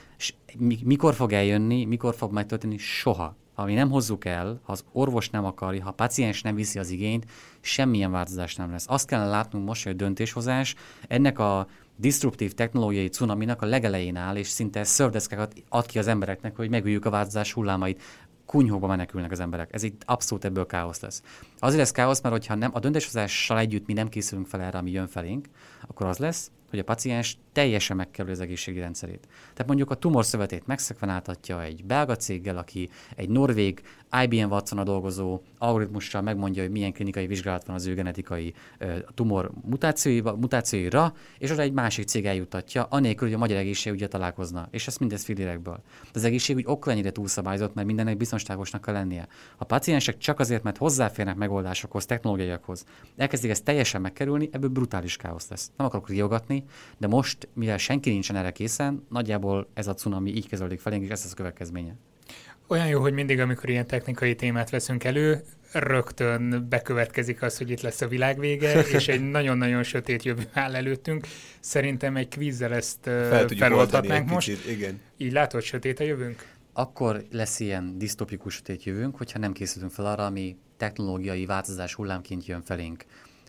mikor fog eljönni, mikor fog megtörténni, soha. Ha mi nem hozzuk el, ha az orvos nem akarja, ha a paciens nem viszi az igényt, semmilyen változás nem lesz. Azt kellene látnunk most, hogy a döntéshozás ennek a disruptív technológiai cunaminak a legelején áll, és szinte szördeszkákat ad ki az embereknek, hogy megüljük a változás hullámait. Kunyhóba menekülnek az emberek. Ez itt abszolút ebből káosz lesz. Azért lesz káosz, mert hogyha nem, a döntéshozással együtt mi nem készülünk fel erre, ami jön felénk, akkor az lesz, hogy a paciens teljesen megkerül az egészségügyi rendszerét. Tehát mondjuk a tumorszövetét megszekvenáltatja egy belga céggel, aki egy norvég IBM Watson-a dolgozó algoritmussal megmondja, hogy milyen klinikai vizsgálat van az ő genetikai tumor mutációira, és arra egy másik cég eljuttatja, anélkül, hogy a magyar egészségügyre találkozna. És ezt mindez fillérekből. Az egészségügy okkal ennyire túlszabályozott, mert mindennek biztonságosnak kell lennie. A paciensek csak azért, mert hozzáférnek megoldásokhoz, technológiákhoz, elkezdik ezt teljesen megkerülni, ebből brutális káosz lesz. Nem akarok riogatni, de most, mivel senki nincsen erre készen, nagyjából ez a cunami így kezelődik felénk, és ez az a következménye. Olyan jó, hogy mindig, amikor ilyen technikai témát veszünk elő, rögtön bekövetkezik az, hogy itt lesz a világ vége, és egy nagyon-nagyon sötét jövő áll előttünk. Szerintem egy kvízzel ezt feloldhatnánk most. Kicsit, igen. Így látod, sötét a jövőnk? Akkor lesz ilyen disztopikus sötét jövőnk, hogyha nem készülünk fel arra, ami technológiai változás hullámként jön felénk.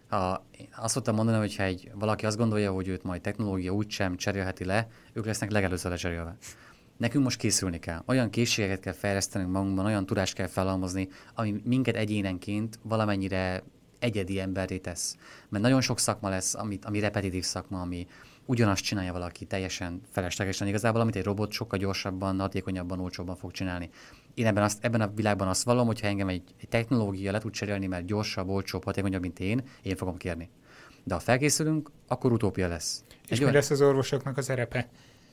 Azt szoktam mondani, hogy ha valaki azt gondolja, hogy őt majd technológia úgysem cserélheti le, ők lesznek legelőször lecserélve. Nekünk most készülni kell. Olyan készségeket kell fejlesztenünk magunkban, olyan tudást kell felhalmozni, ami minket egyénenként valamennyire egyedi emberré tesz. Mert nagyon sok szakma lesz, ami repetitív szakma, ami ugyanazt csinálja valaki teljesen feleslegesen igazából, amit egy robot sokkal gyorsabban, hatékonyabban, olcsóbban fog csinálni. Én ebben a világban azt vallom, hogy ha engem egy technológia le tud cserélni, mert gyorsabb, olcsóbb, hatékonyabb, mint én fogom kérni. De ha felkészülünk, akkor utópia lesz. És mi lesz az orvosoknak a szerepe?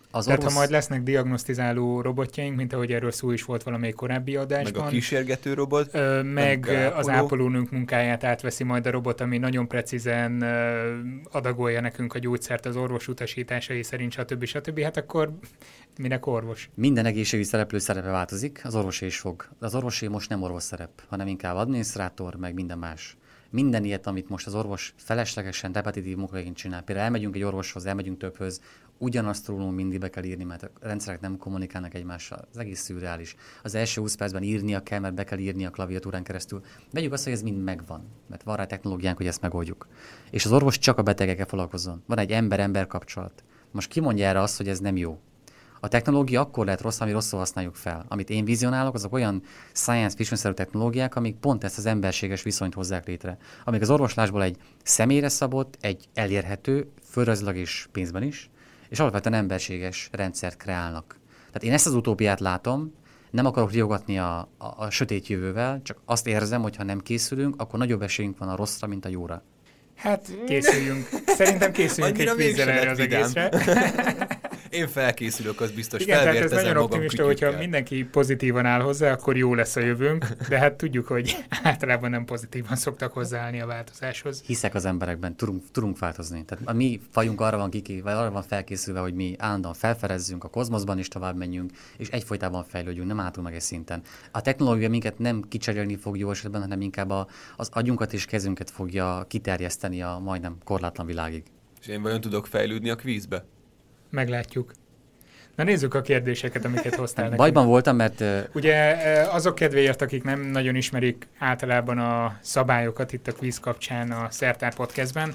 Tehát ha majd lesznek diagnosztizáló robotjaink, mint ahogy erről szó is volt valamelyik korábbi adásban. Meg a kísérgető robot. Meg az ápolónőnk munkáját átveszi majd a robot, ami nagyon precízen adagolja nekünk a gyógyszert az orvos utasításai szerint, stb. Hát akkor minek orvos? Minden egészségügyi szereplő szerepe változik, az orvosé is fog. De az orvosé most nem orvos szerep, hanem inkább adminisztrátor, meg minden más. Minden ilyet, amit most az orvos feleslegesen, repetitív munkaként csinál. Például elmegyünk egy orvoshoz, elmegyünk többhöz, ugyanazt rólunk mindig be kell írni, mert a rendszerek nem kommunikálnak egymással. Az egész szürreális. Az első 20 percben írnia kell, mert be kell írni a klaviatúrán keresztül. Vegyük azt, hogy ez mind megvan, mert van rá technológiánk, hogy ezt megoldjuk. És az orvos csak a betegekkel foglalkozzon. Van egy ember-ember kapcsolat. Most ki mondja erre azt, hogy ez nem jó? A technológia akkor lehet rossz, ami rosszul használjuk fel. Amit én vizionálok, azok olyan science fiction-szerű technológiák, amik pont ezt az emberséges viszonyt hozzák létre. Amik az orvoslásból egy személyre szabott, egy elérhető, földrajzilag és pénzben is, és alapvetően emberséges rendszert kreálnak. Tehát én ezt az utópiát látom, nem akarok riogatni a sötét jövővel, csak azt érzem, hogy ha nem készülünk, akkor nagyobb esélyünk van a rosszra, mint a jóra. Hát készüljünk. Szerintem készüljünk egy vízzel erre az egészre. Én felkészülök, az biztos. Igen, tehát ez nagyon optimista, hogyha mindenki pozitívan áll hozzá, akkor jó lesz a jövőnk, de hát tudjuk, hogy általában nem pozitívan szoktak hozzáállni a változáshoz. Hiszek az emberekben, tudunk változni. Tehát a mi fajunk arra van felkészülve, hogy mi állandóan felfedezzünk, a kozmoszban is tovább menjünk, és egyfolytában fejlődjünk, nem álltunk meg egy szinten. A technológia minket nem kicserélni fog jó esetben, hanem inkább az agyunkat és kezünket fogja kiterjeszteni a majdnem korlátlan világig. És én vajon tudok fejlődni a kvízbe? Meglátjuk. Na nézzük a kérdéseket, amiket hoztál nekünk. Bajban voltam, mert... Ugye azok kedvéért, akik nem nagyon ismerik általában a szabályokat itt a kvíz kapcsán a Szertár Podcastben,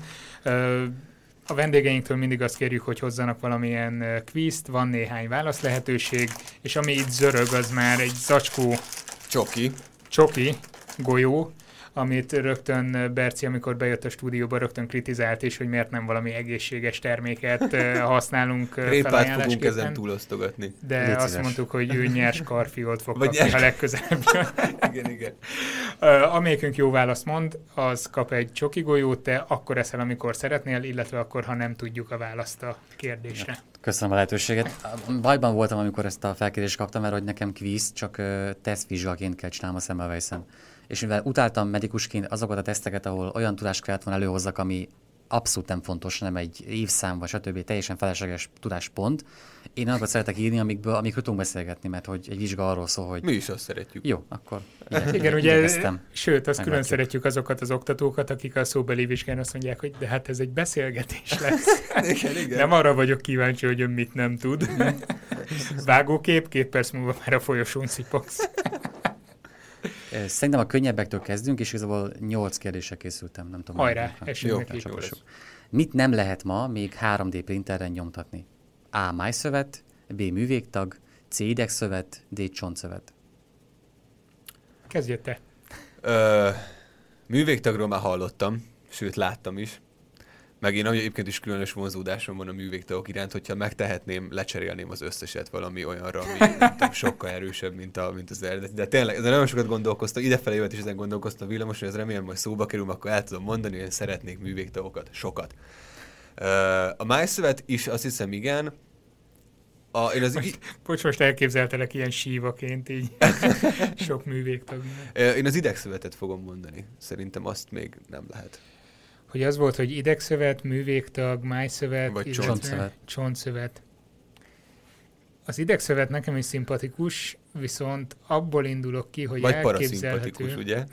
a vendégeinktől mindig azt kérjük, hogy hozzanak valamilyen kvízt, van néhány válasz lehetőség, és ami itt zörög, az már egy zacskó csoki golyó, amit rögtön Berci, amikor bejött a stúdióba, rögtön kritizált is, hogy miért nem valami egészséges terméket használunk felajánlásképpen. Répát fogunk ezen túlosztogatni. De azt mondtuk, hogy ő nyers karfiolt fog kapni, ha legközelebb. Igen. Amelyikünk jó választ mond, az kap egy csoki golyót, te akkor eszel, amikor szeretnél, illetve akkor, ha nem tudjuk a választ a kérdésre. Köszönöm a lehetőséget. Bajban voltam, amikor ezt a felkérést kaptam, mert hogy nekem kvíz, csak tesztvizsgaként kell csinálnom a Semmelweisen. És mivel utáltam medikusként azokat a teszteket, ahol olyan tudást kellett volna előhozzak, ami abszolút nem fontos, nem egy évszám, vagy stb. Teljesen felesleges tudáspont. Én azokat szeretek írni, amikről tudunk beszélgetni, mert hogy egy vizsga arról szól, hogy... Mi is azt szeretjük. Jó, akkor igen, ugye, sőt, azt külön szeretjük azokat az oktatókat, akik a szóbeli vizsgán azt mondják, hogy de hát ez egy beszélgetés lesz. Igen. Nem arra vagyok kíváncsi, hogy ön mit nem tud. Vágókép, 2 perc múlva már a folyosón szipogsz. Szerintem a könnyebbektől kezdünk, és igazából 8 kérdésre készültem. Nem tudom. Hajrá, essünk neki. Mit nem lehet ma még 3D printeren nyomtatni? A. Májszövet, B. Művégtag, C. Idegszövet, D. Csontszövet. Kezdjél te. Művégtagról már hallottam, sőt láttam is. Meg én egyébként is különös vonzódásom van a művégtagok iránt, hogyha megtehetném, lecserélném az összeset valami olyanra, ami sokkal erősebb, mint az eredeti. De tényleg, ezen nagyon sokat gondolkoztam, idefelé jött is ezen gondolkoztam villamos, hogy ez remélem majd szóba kerül, akkor el tudom mondani, hogy én szeretnék művégtagokat, sokat. A májszövet is azt hiszem igen. Most elképzeltelek ilyen sívaként így. Sok művégtagnál. Én az idegszövetet fogom mondani. Szerintem azt még nem lehet. Hogy az volt, hogy idegszövet, művégtag, májszövet, vagy csontszövet. Az idegszövet nekem is szimpatikus, viszont abból indulok ki, hogy vagy elképzelhető... Vagy paraszimpatikus, ugye?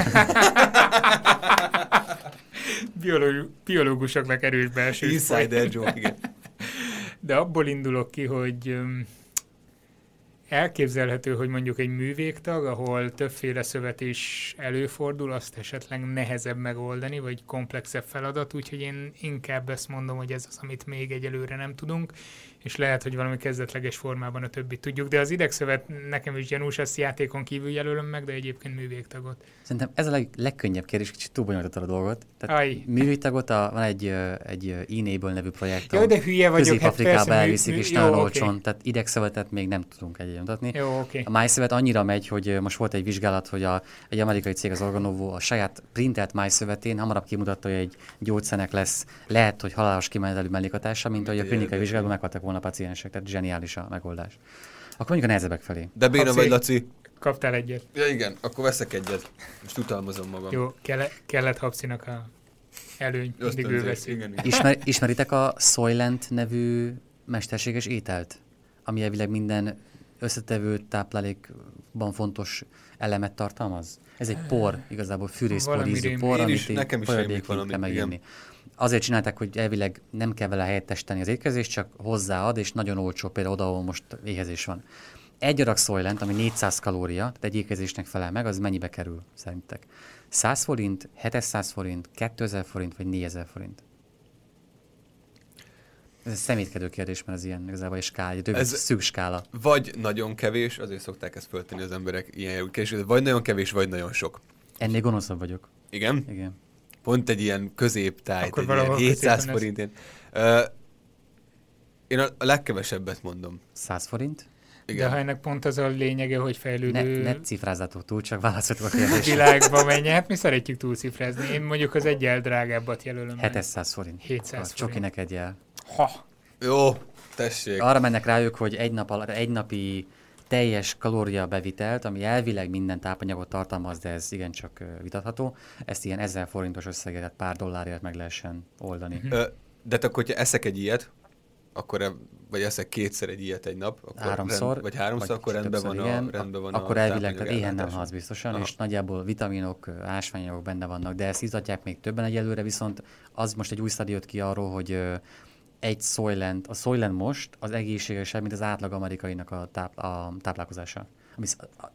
Biológusoknak erős belső. Insider joke, igen. De abból indulok ki, hogy elképzelhető, hogy mondjuk egy művégtag, ahol többféle szövet is előfordul, azt esetleg nehezebb megoldani, vagy komplexebb feladat, úgyhogy én inkább ezt mondom, hogy ez az, amit még egyelőre nem tudunk, és lehet, hogy valami kezdetleges formában a többit tudjuk, de az idegszövet nekem is gyanús, ezt játékon kívül jelölöm meg, de egyébként művégtagot. Szerintem ez a legkönnyebb kérdés, kicsit túl bonyolítottad a dolgot. Művégtagot van egy Enable nevű projekt, de hülye vagyok, Közép-Afrikába elviszik, és nagyon olcsón, tehát idegszövetet még nem tudunk egy tudja mutatni. Jó, oké. A májszövet annyira megy, hogy most volt egy vizsgálat, hogy egy amerikai cég, az Organovo a saját printelt májszövetén hamarabb kimutatta, hogy egy gyógyszernek lehet, hogy halálos kimenetelű mellékhatása, mint hogy a klinikai vizsgálatban meghaltak volna a paciensek, tehát zseniális a megoldás. Akkor mondjuk a nehezebbek felé. De béna vagy, Laci? Kaptál egyet. Ja igen, akkor veszek egyet. Most utalmazom magam. Jó, kellett Habszinak a előny, mindig ő veszik. Igen. Ismeritek a Soylent nevű mesterséges ételt, ami elvileg minden összetevő táplálékban fontos elemet tartalmaz? Ez egy por, igazából fűrészpor ízű por, amit nekem is rémlik valami, kell megírni. Azért csinálták, hogy elvileg nem kell vele helyettesíteni az étkezést, csak hozzáad, és nagyon olcsó, például oda, ahol most éhezés van. Egy adag Soylent, ami 400 kalória, tehát egy étkezésnek felel meg, az mennyibe kerül szerintek? 100 forint, 700 forint, 2000 forint, vagy 4000 forint? Ez egy szemétkedő kérdés, mert ez ilyen igazából egy skála, egy szűk skála. Vagy nagyon kevés, azért szokták ezt föltenni az emberek ilyen jelölkésre, vagy nagyon kevés, vagy nagyon sok. Ennél gonoszabb vagyok. Igen? Igen. Pont egy ilyen középtájt, egy ilyen 700 forintért. Én a legkevesebbet mondom. 100 forint? Igen. De ha ennek pont az a lényege, hogy fejlődő Ne cifrázzatok túl, csak válaszoltok a kérdésre. világba menjen. Hát mi szeretjük túlcifrázni. Én mondjuk az egyel drágábbat jelölöm. 700 forint. 700 A forint. csokinek egyel. Ha! Jó, tessék. Arra mennek rá ők, hogy egy napi teljes kalóriabevitelt, ami elvileg minden tápanyagot tartalmaz, de ez igencsak vitatható, ezt ilyen 1000 forintos összeget, tehát pár dollárért meg lehessen oldani. De akkor, hogyha eszek egy ilyet, akkor vagy eszek kétszer egy ilyet egy nap, akkor háromszor, vagy háromszor, akkor rendben van, rendben van akkor a elvileg, tehát éhen nem tápanyagellátás. halsz biztosan, Aha. és nagyjából vitaminok, ásványanyagok benne vannak, de ezt izatják még többen egyelőre, viszont az most egy új sztori jött ki arról, hogy egy Soylent, a Soylent most az egészségesebb, mint az átlag amerikainak a táplálkozása. Ami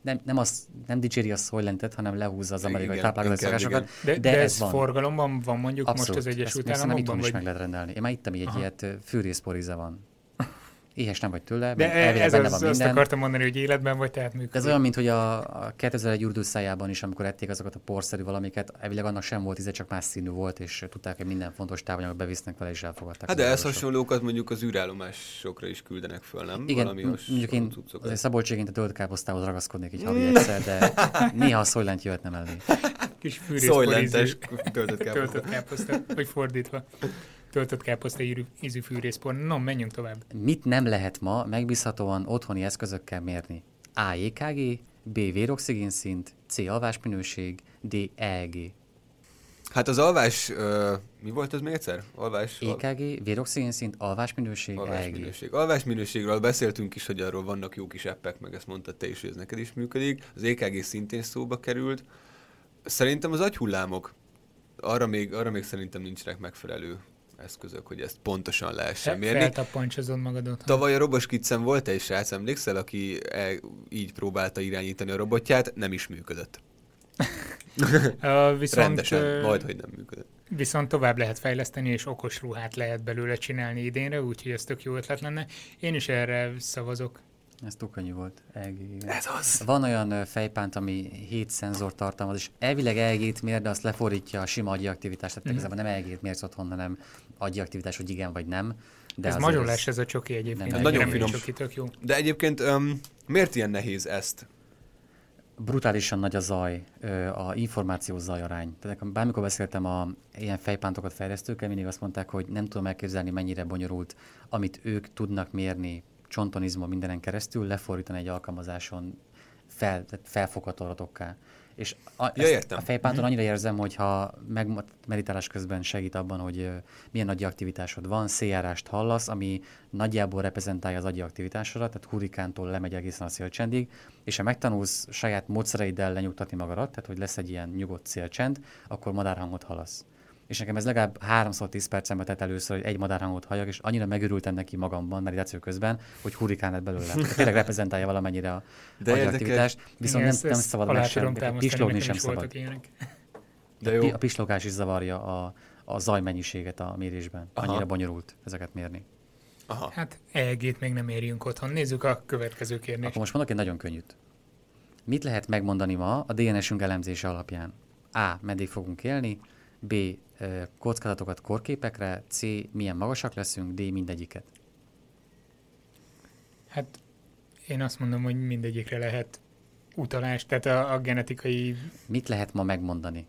nem dicséri a Soylentet, hanem lehúzza az amerikai táplálkozási szokásokat. De ez van. forgalomban van mondjuk Abszolút. most az Egyesült Ezt Államokban? is meg lehet rendelni. Én már ittam egy ilyet, fűrészporíze van. Éhes nem vagy tőle, De elvileg ez benne van azt minden. akartam mondani, hogy életben vagy, tehát működik. Ez olyan, mint hogy a 2001 ürdőszájában is, amikor ették azokat a porszerű valamiket, elvileg annak sem volt íze, csak más színű volt, és tudták, hogy minden fontos tápanyagot bevisznek vele, és elfogadták. Hát de ezt hasonlókat mondjuk az űrállomásokra is küldenek föl, nem? Igen, Valami mondjuk én cuccokat. azért Szabolcségint a töltött káposztához ragaszkodnék így havi egyszer, de néha a Soylent jöhetne mellé. Kis fűrészporízű Soylentes töltött töltött káposzta, vagy fordítva. Töltött káposzta ízű fűrészpor. No, menjünk tovább. Mit nem lehet ma megbízhatóan otthoni eszközökkel mérni? A. EKG, B. Véroxigénszint, C. Alvásminőség, D. EEG. Hát az alvás, mi volt ez még egyszer? EKG, véroxigénszint, alvásminőség, EEG. Alvásminőség. Alvásminőségről beszéltünk is, hogy arról vannak jó kis appek, meg ezt mondtad te is, hogy ez neked is működik. Az EKG szintén szóba került. Szerintem az agyhullámok, arra még szerintem nincsenek megfelelő eszközök, hogy ezt pontosan lehessen mérni. Feltappancsozod magadot. Tavaly a Roboskicen volt egy srác, emlékszel, aki így próbálta irányítani a robotját, nem is működött. Viszont, Rendesen, majdhogy nem működött. Viszont tovább lehet fejleszteni, és okos ruhát lehet belőle csinálni idénre, úgyhogy ez tök jó ötlet lenne. Én is erre szavazok. Ez túl könnyű volt. EEG. Ez az. Van olyan fejpánt, ami 7 szenzort tartalmaz, és elvileg EEG-t mér, de azt lefordítja a sima agyi aktivitást. Tehát igazából nem EEG-t mérsz otthon, hanem agyi aktivitás, hogy igen vagy nem. De ez magyarlás ez a csoki egyébként. Nagyon finom. Csoki, tök jó. De egyébként miért ilyen nehéz ezt? Brutálisan nagy a zaj, a információ zajarány. Tehát bármikor beszéltem ilyen fejpántokat fejlesztőkkel, mindig azt mondták, hogy nem tudom elképzelni, mennyire bonyolult, amit ők tudnak mérni csonton, izmon, mindenen keresztül, lefordítani egy alkalmazáson felfogható adatokká. És a fejpánton annyira érzem, hogy ha meditálás közben segít abban, hogy milyen agyi aktivitásod van, széljárást hallasz, ami nagyjából reprezentálja az agyi aktivitásodat, tehát hurikántól lemegy egészen a szélcsendig, és ha megtanulsz saját módszereiddel lenyugtatni magadat, tehát hogy lesz egy ilyen nyugodt szélcsend, akkor madárhangot hallasz. És nekem ez legalább 3-10 percembe tett először, hogy egy madárhangot halljak, és annyira megörültem neki magamban meditáció közben, hogy hurikán lett belőle. Tényleg reprezentálja valamennyire a aktivitást, viszont nem szabad meg sem, pislogni sem szabad. De jó. A pislogás is zavarja a zajmennyiséget a mérésben. Annyira bonyolult ezeket mérni. Aha. Hát EEG-t még nem érjünk otthon. Nézzük a következő kérdést. Akkor most mondok egy nagyon könnyűt. Mit lehet megmondani ma a DNS-ünk elemzése alapján? A. Meddig fogunk élni? B. Kockázatokat korképekre, C. Milyen magasak leszünk, D. Mindegyiket. Hát Én azt mondom, hogy mindegyikre lehet utalás, tehát a genetikai... Mit lehet ma megmondani?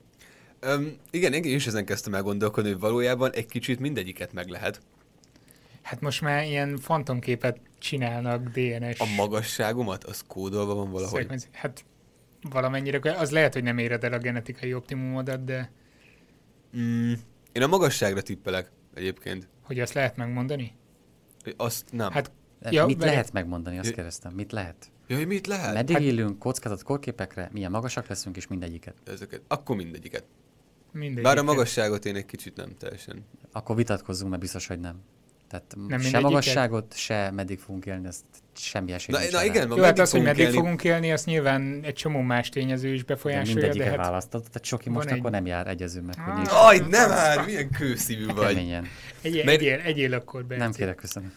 Igen, én is ezen kezdtem el gondolkodni, hogy valójában egy kicsit mindegyiket meg lehet. Hát most már ilyen fantomképet csinálnak DNS... A magasságomat, az kódolva van valahogy. Hát valamennyire, az lehet, hogy nem éred el a genetikai optimumodat, de... Én a magasságra tippelek egyébként. Hogy azt lehet megmondani? Azt nem. Hát, Mit lehet megmondani, azt kérdeztem. Mit lehet? Hogy mit lehet? Meddig élünk, kockázat korképekre, milyen magasak leszünk, és mindegyiket. Ezeket. Akkor mindegyiket. Mindegyiket. Bár a magasságot én egy kicsit nem teljesen. Akkor vitatkozzunk, mert biztos, hogy nem. Tehát nem se magasságot, se meddig fogunk élni, ezt semmi esély nincs. Na igen, jó, hát az, hogy meddig fogunk élni, azt nyilván egy csomó más tényező is befolyásolja. De mindegyiket választott, tehát Csoki most akkor nem jár, egyezünk meg, hogy nincs. Aj, nem már, milyen kőszívű vagy. Keményen. Egyél akkor be. Nem kérek, köszönöm.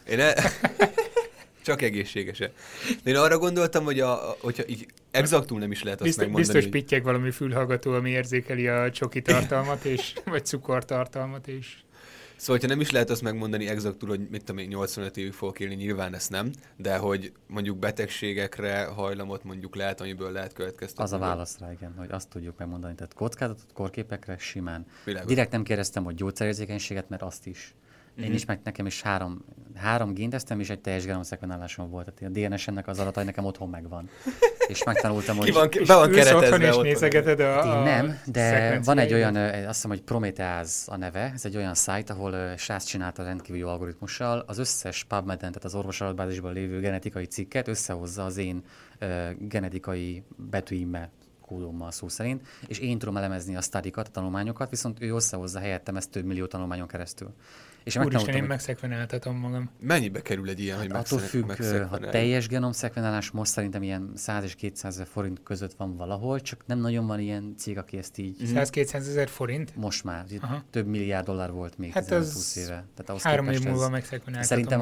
Csak egészségesen. Én arra gondoltam, hogy hogyha így exaktul nem is lehet azt megmondani. Biztos pittyeg valami fülhallgató, ami érzékeli a csoki tartalmat, vagy cukortartalmat is. Szóval, hogyha nem is lehet azt megmondani exaktul, hogy mit tudom én, 85 évig fogok élni, nyilván ezt nem, de hogy mondjuk betegségekre hajlamot mondjuk lehet, amiből lehet következtetni. Az a válasz rá, igen, hogy azt tudjuk megmondani. Tehát kockázatot korképekre simán. Világos. Direkt nem kérdeztem, hogy gyógyszerérzékenységet, mert azt is. Én is, meg nekem is három géntesztem, és egy teljes genomszekvenálásom volt. Tehát a DNS-ennek az adatai nekem otthon megvan. És megtanultam, hogy... Be van keretezve otthon, és nézegeted Én nem, de van egy olyan, azt hiszem, hogy Prometheus a neve, ez egy olyan szájt, ahol Sász csinálta rendkívüli algoritmussal, az összes PubMed-en, tehát az orvosadatbázisban lévő genetikai cikket összehozza az én genetikai betűimmel, kódommal szó szerint, és én tudom elemezni a sztádikat, a tanulmányokat, viszont ő összehozza helyettem ezt több millió tanulmányon keresztül. És úristen, én megszekvenáltatom magam. Mennyibe kerül egy ilyen, hogy attól függ, ha teljes genomszekvenálás most szerintem ilyen 100 és 200 ezer forint között van valahol, csak nem nagyon van ilyen cég, aki ezt így... 100-200 ezer forint? Most már. Több milliárd dollár volt még hát 15-20 éve. Tehát 3 év múlva megszekvenáltatom. Szerintem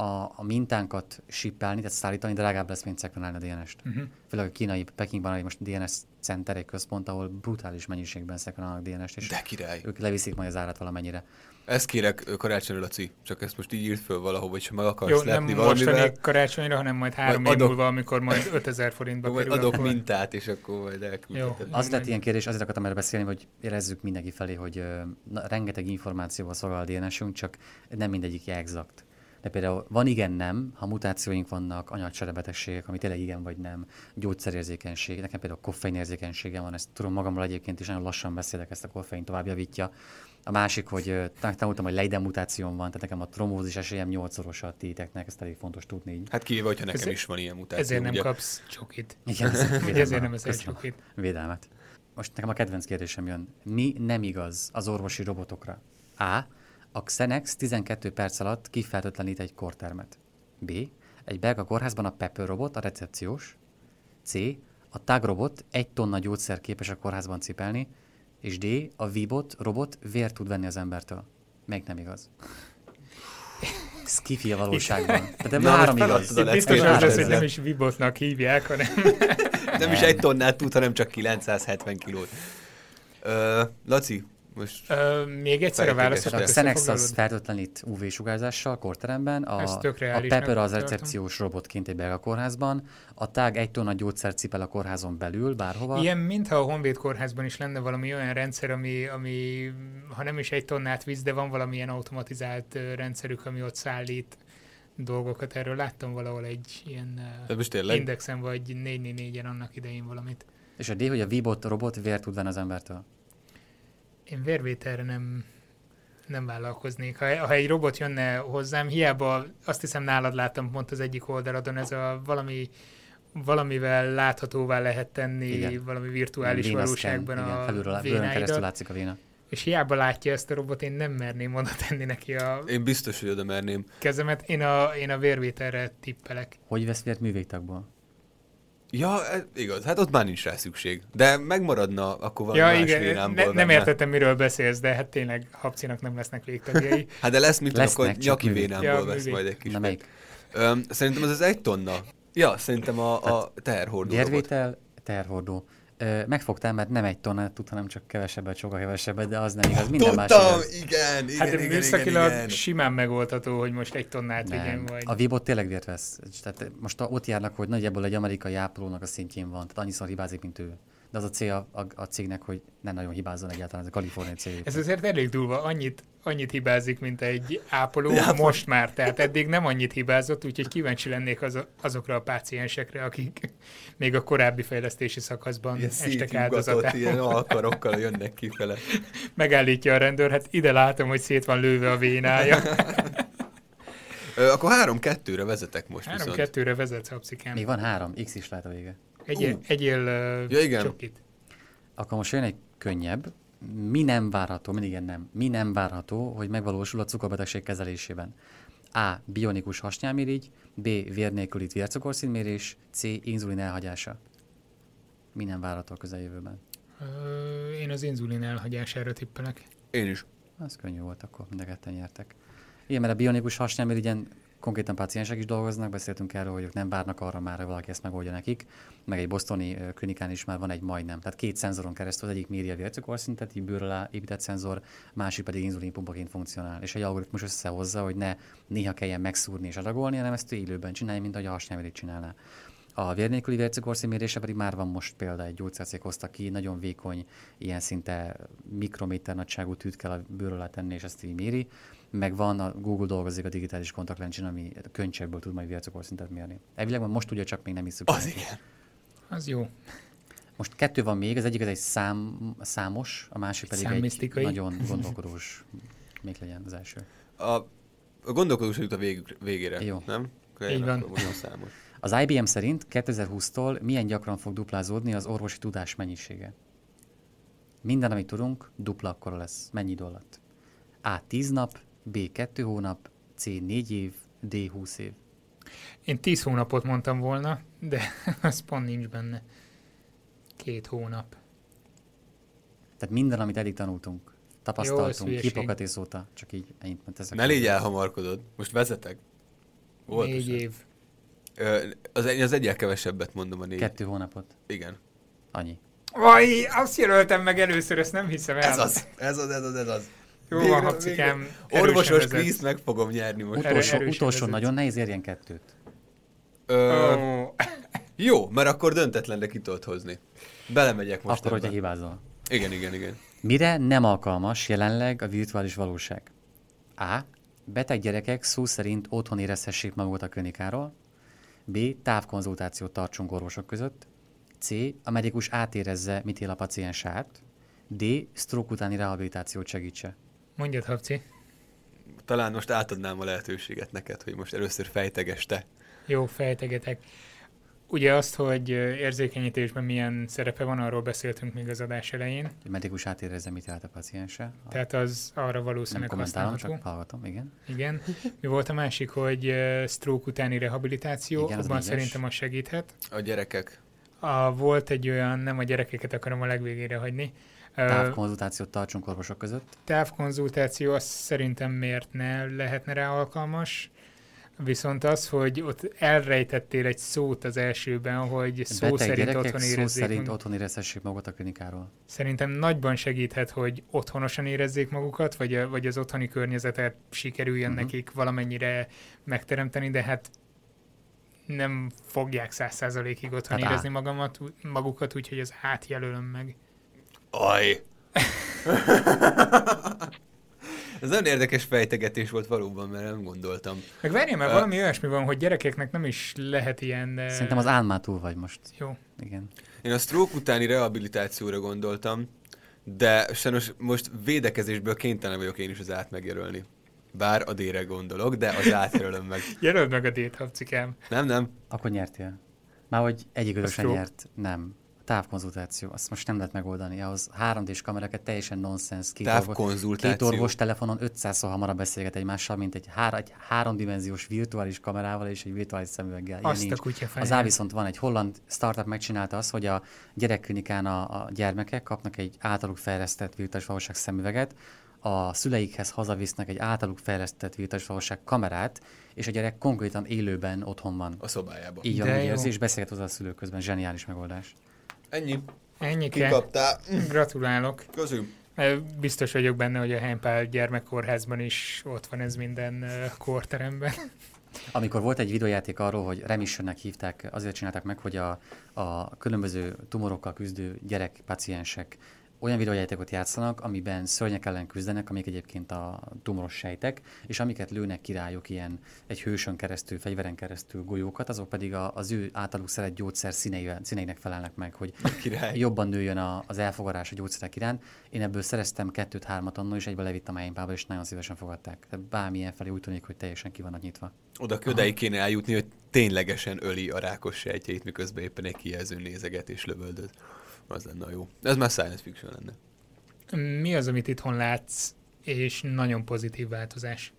a mintánkat shippelni, tehát szállítani drágább lesz, mint szekvenálni a DNS-t. Főleg a kínai Pekingban egy most DNS center, egy központ, ahol brutális mennyiségben szekvenálnak DNS-t, és de király. Ők leviszik majd az árat valamennyire. Ezt kérek karácsonyra, Laci, csak ezt most így írt föl valahol, hogy ha meg akarsz jó, lepni nem valamivel. Mostani karácsonyra, hanem majd 3 év múlva, amikor majd 5000 forintba kerül. Adok mintát, és akkor majd elküldheted. Az lett ilyen kérdés, azért akartam erre beszélni, hogy érezzük mindenki felé, hogy rengeteg információval szolgál a DNS-ünk, csak nem mindegyik exakt. De például van igen-nem, ha mutációink vannak, anyagcserebetegségek, ami tényleg igen vagy nem, gyógyszerérzékenység, nekem például koffeinérzékenységem van, ezt tudom magamról egyébként is, nagyon lassan beszélek, ezt a koffein tovább javítja. A másik, hogy tanultam, hogy Leiden mutációm van, tehát nekem a tromózis esélyem 8-szorosa a tiéteknek, ezt elég fontos tudni. Így. Hát kivéve, hogyha nekem is van ilyen mutáció. Ezért nem kapsz csokit. Igen, ezért nem eszel csokit. Védelmet. Most nekem a kedvenc kérdésem jön. Mi nem igaz az orvosi robotokra? A. A Xenex 12 perc alatt kifertőtlenít egy kortermet. B. Egy belga kórházban a Pepper robot, a recepciós. C. A Tag robot 1 tonna gyógyszer képes a kórházban cipelni. És D. A V-bot robot vért tud venni az embertől. Meg nem igaz. Skifi a valóságban. Tehát ebben 3 igaz. Biztos az lesz, hogy nem is V-botnak hívják, hanem... nem is 1 tonnát tud, hanem csak 970 kilót. Laci, most... még egyszer a válaszot. A Xenex az fertőtlenít UV-sugárzással korteremben, a Pepper az recepciós robotként egy belga kórházban, a Tag 1 tonna gyógyszer cipel a kórházon belül, bárhova. Ilyen, mintha a Honvéd kórházban is lenne valami olyan rendszer, ami ha nem is 1 tonnát visz, de van valamilyen automatizált rendszerük, ami ott szállít dolgokat. Erről láttam valahol egy ilyen indexen, vagy 444-en annak idején valamit. És a D, hogy a V-bot robot vért tud venni az embertől. Én vérvételre nem vállalkoznék. Ha egy robot jönne hozzám, hiába azt hiszem nálad láttam pont az egyik oldaladon, ez a valamivel láthatóvá lehet tenni, igen, valami virtuális valóságban a felülről keresztül látszik a véna. És hiába látja ezt a robot, én nem merném oda tenni neki a... Én biztos, hogy oda merném. Kezemet, én a vérvételre tippelek. Hogy vesz vért művégtagból? Ja, igaz, hát ott már nincs rá szükség. De megmaradna, akkor van más vénámból. Nem értettem, miről beszélsz, de hát tényleg Habcinak nem lesznek végtagjai. Hát de lesz, mit akkor nyaki vénámból vesz majd egy kis. Szerintem az 1 tonna. Ja, szerintem a teherhordó. Vérvétel, teherhordó. Megfogtál, mert nem 1 tonnát tud, hanem csak kevesebbet, sokkal kevesebbet, de az nem igaz. Minden más igaz. Igen, Hát műszakilag simán megoldható, hogy most 1 tonnát Nem. vigyen, vagy... A Vibot tényleg vért vesz. Tehát most ott járnak, hogy nagyjából egy amerikai ápolónak a szintjén van, tehát annyiszor hibázik, mint ő. De az a cél a cégnek, hogy nem nagyon hibázzon egyáltalán, ez a kaliforniai cég. Ez azért elég durva, annyit hibázik, mint egy ápoló most már, tehát eddig nem annyit hibázott, úgyhogy kíváncsi lennék azokra a páciensekre, akik még a korábbi fejlesztési szakaszban estek áldozatául. Ilyen alkarokkal jönnek kifele. Megállítja a rendőr, hát ide látom, hogy szét van lőve a vénája. Akkor 3-2-re vezetek most 3-2-re vezetsz, Hapszikám. Még van 3, X is lehet a vége. Egyél ja, igen. csokit. Akkor most jön egy könnyebb. Mi nem várható, hogy megvalósul a cukorbetegség kezelésében? A. Bionikus hasnyálmirigy, B. Vér nélküli vércukorszintmérés, C. Inzulin elhagyása. Mi nem várható a közeljövőben? Én az inzulin elhagyására tippelek. Én is. Az könnyű volt, akkor mind a ketten nyertek. Igen, mert a bionikus hasnyálmirigyen konkrétan páciensek is dolgoznak, beszéltünk erről, hogy ők nem várnak arra már, hogy valaki ezt megoldja nekik, meg egy bostoni klinikán is már van egy majdnem. Tehát 2 szenzoron keresztül, az egyik méri a vércukorszintet, így bőr alá épített szenzor, másik pedig inzulinpumpaként funkcionál. És egy algoritmus összehozza, hogy ne néha kelljen megszúrni és adagolni, hanem ezt élőben csinálja, mint ahogy a hasnyálmirigy csinálná. A vér nélküli vércukorszint mérése pedig már van most példa, egy gyógyszercég hozta ki, nagyon vékony, ilyen szinte mikrométer nagyságú tűt kell a bőr alá tenni, és ezt így méri. Meg van, a Google dolgozik a digitális kontaktlencsin, ami a könycsebből tud majd vércukorszintet mérni. Elvileg most tudja, csak még nem hiszük. Az igen. Az jó. Most 2 van még, az egyik az egy számos, a másik pedig egy nagyon gondolkodós. Még legyen az első. A gondolkodós jut a végére, jó. Nem? Így van. Számos. Az IBM szerint 2020-tól milyen gyakran fog duplázódni az orvosi tudás mennyisége? Minden, amit tudunk, dupla akkora lesz. Mennyi idő alatt? A. 10 nap, B. 2 hónap, C. 4 év, D. 20 év. Én 10 hónapot mondtam volna, de az pont nincs benne. 2 hónap. Tehát minden, amit eddig tanultunk, tapasztaltunk, Hippokratész óta, csak így ennyit teszek. Ne légy elhamarkodod, most vezetek. 4 év. Az egyel kevesebbet mondom a 4. 2 hónapot. Igen. Annyi. Vaj, azt jelöltem meg először, ezt nem hiszem el. Ez az. Jó van, Hapszikám. Orvosos kvízt meg fogom nyerni most. Utolsó nagyon nehéz, érjen 2-t. Jó, mert akkor döntetlenre ki tudod hozni. Belemegyek most. Akkor, hogyha hibázol. Igen. Mire nem alkalmas jelenleg a virtuális valóság? A. Beteg gyerekek szó szerint otthon érezhessék magukat a klinikáról. B. Távkonzultációt tartsunk orvosok között. C. A medikus átérezze, mit él a paciens át. D. Stroke utáni rehabilitációt segítse. Mondjad, Hapci. Talán most átadnám a lehetőséget neked, hogy most először fejteges te. Jó, fejtegetek. Ugye azt, hogy érzékenyítésben milyen szerepe van, arról beszéltünk még az adás elején. A medikus átérezze, mit élt a paciense. Tehát az arra valószínűleg használható. Csak hallgatom, igen. Igen. Mi volt a másik, hogy stroke utáni rehabilitáció, igen, abban szerintem az segíthet. A gyerekek. Volt egy olyan, nem a gyerekeket akarom a legvégére hagyni. Távkonzultációt tartsunk orvosok között. Távkonzultáció, azt szerintem miért ne lehetne rá alkalmas. Viszont az, hogy ott elrejtettél egy szót az elsőben, hogy szó szerint otthon érezzék otthon érezhessék magukat a klinikáról. Szerintem nagyban segíthet, hogy otthonosan érezzék magukat, vagy az otthoni környezetet sikerüljön nekik valamennyire megteremteni, de hát nem fogják 100%-ig otthon érezni magukat, úgyhogy az átjelölöm meg. Aj! Ez nagyon érdekes fejtegetés volt valóban, mert nem gondoltam. Meg várjál, mert valami olyasmi van, hogy gyerekeknek nem is lehet ilyen... Szerintem az álmát túl vagy most. Jó. Igen. Én a stroke utáni rehabilitációra gondoltam, de sajnos most védekezésből kénytelen vagyok én is az át megjelölni. Bár a D-re gondolok, de az átjelölöm meg. Jelöld meg a D-t, Hapcikám. Nem. Akkor nyertél. Már hogy egyikősen nyert. Nem. Távkonzultáció, azt most nem lehet megoldani. Ahhoz 3D-s kamerák teljesen nonsens. Két orvos telefonon 500-szor hamarabb beszélget egymással, mint egy háromdimenziós virtuális kamerával és egy virtuális szemüveggel. Az A viszont van, egy holland startup megcsinálta azt, hogy a gyerekklinikán a gyermekek kapnak egy általuk fejlesztett virtuális valóság szemüveget, a szüleikhez hazavisznek egy általuk fejlesztett virtuális valóság kamerát, és a gyerek konkrétan élőben otthon van. A szobájában. Így van, úgy érzi, és beszélget hozzá a szülők közben. Zseniális megoldás. Ennyi. Ennyike. Kikaptál. Gratulálok. Köszönöm. Biztos vagyok benne, hogy a Heimpál gyermekkórházban is ott van ez minden kórteremben. Amikor volt egy videójáték arról, hogy remissionnek hívták, azért csinálták meg, hogy a különböző tumorokkal küzdő gyerekpaciensek olyan videójátékot játszanak, amiben szörnyek ellen küzdenek, amik egyébként a tumoros sejtek, és amiket lőnek ki rájuk ilyen egy hősön keresztül, fegyveren keresztül golyókat, azok pedig az ő általuk szeret gyógyszer színeinek felelnek meg, hogy jobban nőjön az elfogadás a gyógyszerek iránt. Én ebből szereztem 2-3 annól, és egybe levittem a Heimpába, és nagyon szívesen fogadták. Tehát bármilyen felé úgy tűnik, hogy teljesen ki vannak nyitva. Odáig kéne eljutni, hogy ténylegesen öli a rákos sejtjeit, miközben éppen egy kijelzőn nézeget és lövöldöz. Az lenne a jó. Ez már science fiction lenne. Mi az, amit itthon látsz, és nagyon pozitív változás?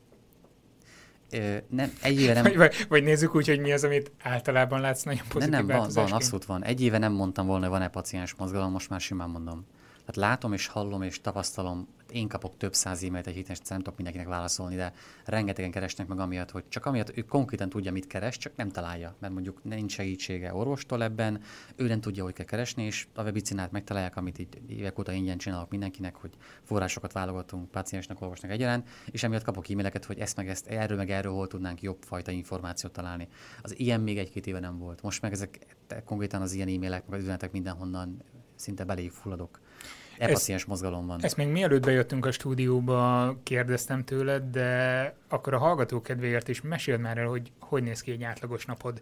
Nem, egy éve nem... Vagy nézzük úgy, hogy mi az, amit általában látsz nagyon pozitív változásként? Van, abszolút van. Egy éve nem mondtam volna, hogy van-e paciens mozgalom, most már simán mondom. Tehát látom és hallom és tapasztalom, én kapok több száz e-mailt egy héten, és nem tudok mindenkinek válaszolni, de rengetegen keresnek meg amiatt, hogy csak amiatt ő konkrétan tudja, mit keres, csak nem találja, mert mondjuk nincs segítsége orvostól ebben, ő nem tudja, hogy kell keresni, és a webicinát megtalálják, amit így évek óta ingyen csinálok mindenkinek, hogy forrásokat válogatunk páciensnek, orvosnak egyaránt, és emiatt kapok e-maileket, hogy ezt meg ezt, erről hol tudnánk jobb fajta információt találni. Az ilyen még 1-2 éve nem volt. Most meg ezek konkrétan az ilyen e-mailek, meg az üzenetek mindenhonnan szinte beléjük fulladok. Paciens mozgalom van. Ezt még mielőtt bejöttünk a stúdióba, kérdeztem tőled, de akkor a hallgató kedvéért is meséld már el, hogy néz ki egy átlagos napod.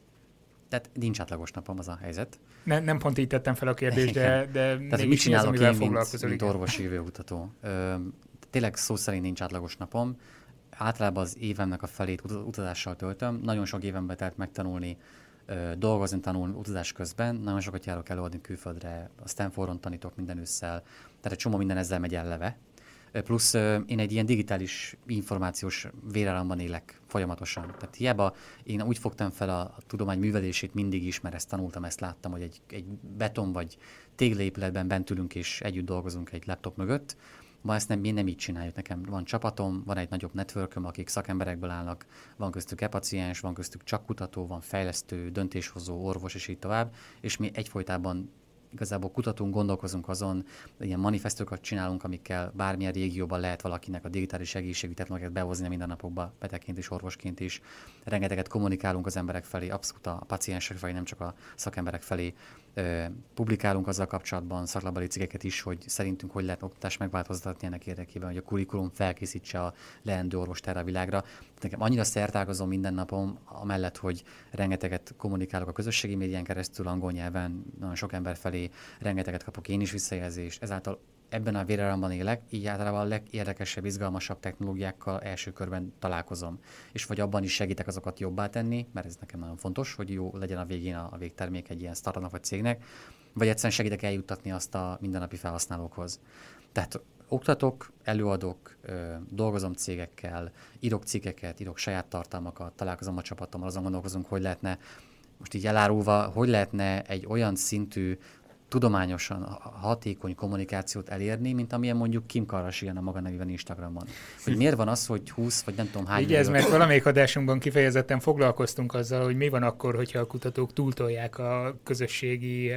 Tehát nincs átlagos napom, az a helyzet. Nem pont így tettem fel a kérdést, de mégis mi az, amivel foglalkozol? Mint orvosi jövőkutató. Tényleg szó szerint nincs átlagos napom. Általában az évemnek a felét utazással töltöm. Nagyon sok évembe telt megtanulni, dolgozni, tanulni utazás közben. Nagyon sokat járok előadni külföldre, a Stanfordon tanítok minden ősszel, tehát egy csomó minden ezzel megy elleve. Plusz én egy ilyen digitális információs vérállamban élek folyamatosan. Tehát hiába én úgy fogtam fel a tudomány művelését mindig is, mert ezt tanultam, ezt láttam, hogy egy beton vagy téglaépületben bent ülünk és együtt dolgozunk egy laptop mögött. Ma ezt mi nem így csináljuk. Nekem van csapatom, van egy nagyobb networköm, akik szakemberekből állnak, van köztük e-paciens, van köztük csak kutató, van fejlesztő, döntéshozó, orvos és így tovább, és mi egyfolytában igazából kutatunk, gondolkozunk azon, ilyen manifestókat csinálunk, amikkel bármilyen régióban lehet valakinek a digitális egészségügyi technológiát behozni a mindennapokba, betegként és orvosként is. Rengeteget kommunikálunk az emberek felé, abszolút a paciensek felé, nem csak a szakemberek felé. Publikálunk azzal kapcsolatban szaklapbeli cikkeket is, hogy szerintünk hogy lehet oktatást megváltoztatni ennek érdekében, hogy a kurikulum felkészítse a leendő orvost erre a világra. Nekem annyira szertágazom minden napom, amellett, hogy rengeteget kommunikálok a közösségi médián keresztül, angol nyelven, nagyon sok ember felé, rengeteget kapok én is visszajelzést, ezáltal ebben a vérállamban élek, így általában a legérdekesebb, izgalmasabb technológiákkal első körben találkozom. És vagy abban is segítek azokat jobbá tenni, mert ez nekem nagyon fontos, hogy jó legyen a végén a végtermék egy ilyen startupnak vagy cégnek, vagy egyszerűen segítek eljuttatni azt a mindennapi felhasználókhoz. Tehát oktatok, előadok, dolgozom cégekkel, írok cikkeket, írok saját tartalmakat, találkozom a csapatommal, azon gondolkozunk, hogy lehetne, most így elárulva, hogy lehetne egy olyan szintű tudományosan hatékony kommunikációt elérni, mint amilyen mondjuk Kim Kardashian a maga nevében Instagramon. Hogy miért van az, hogy 20 vagy nem tudom hány... Vigyázz, mert valamelyik adásunkban kifejezetten foglalkoztunk azzal, hogy mi van akkor, hogyha a kutatók túltolják a közösségi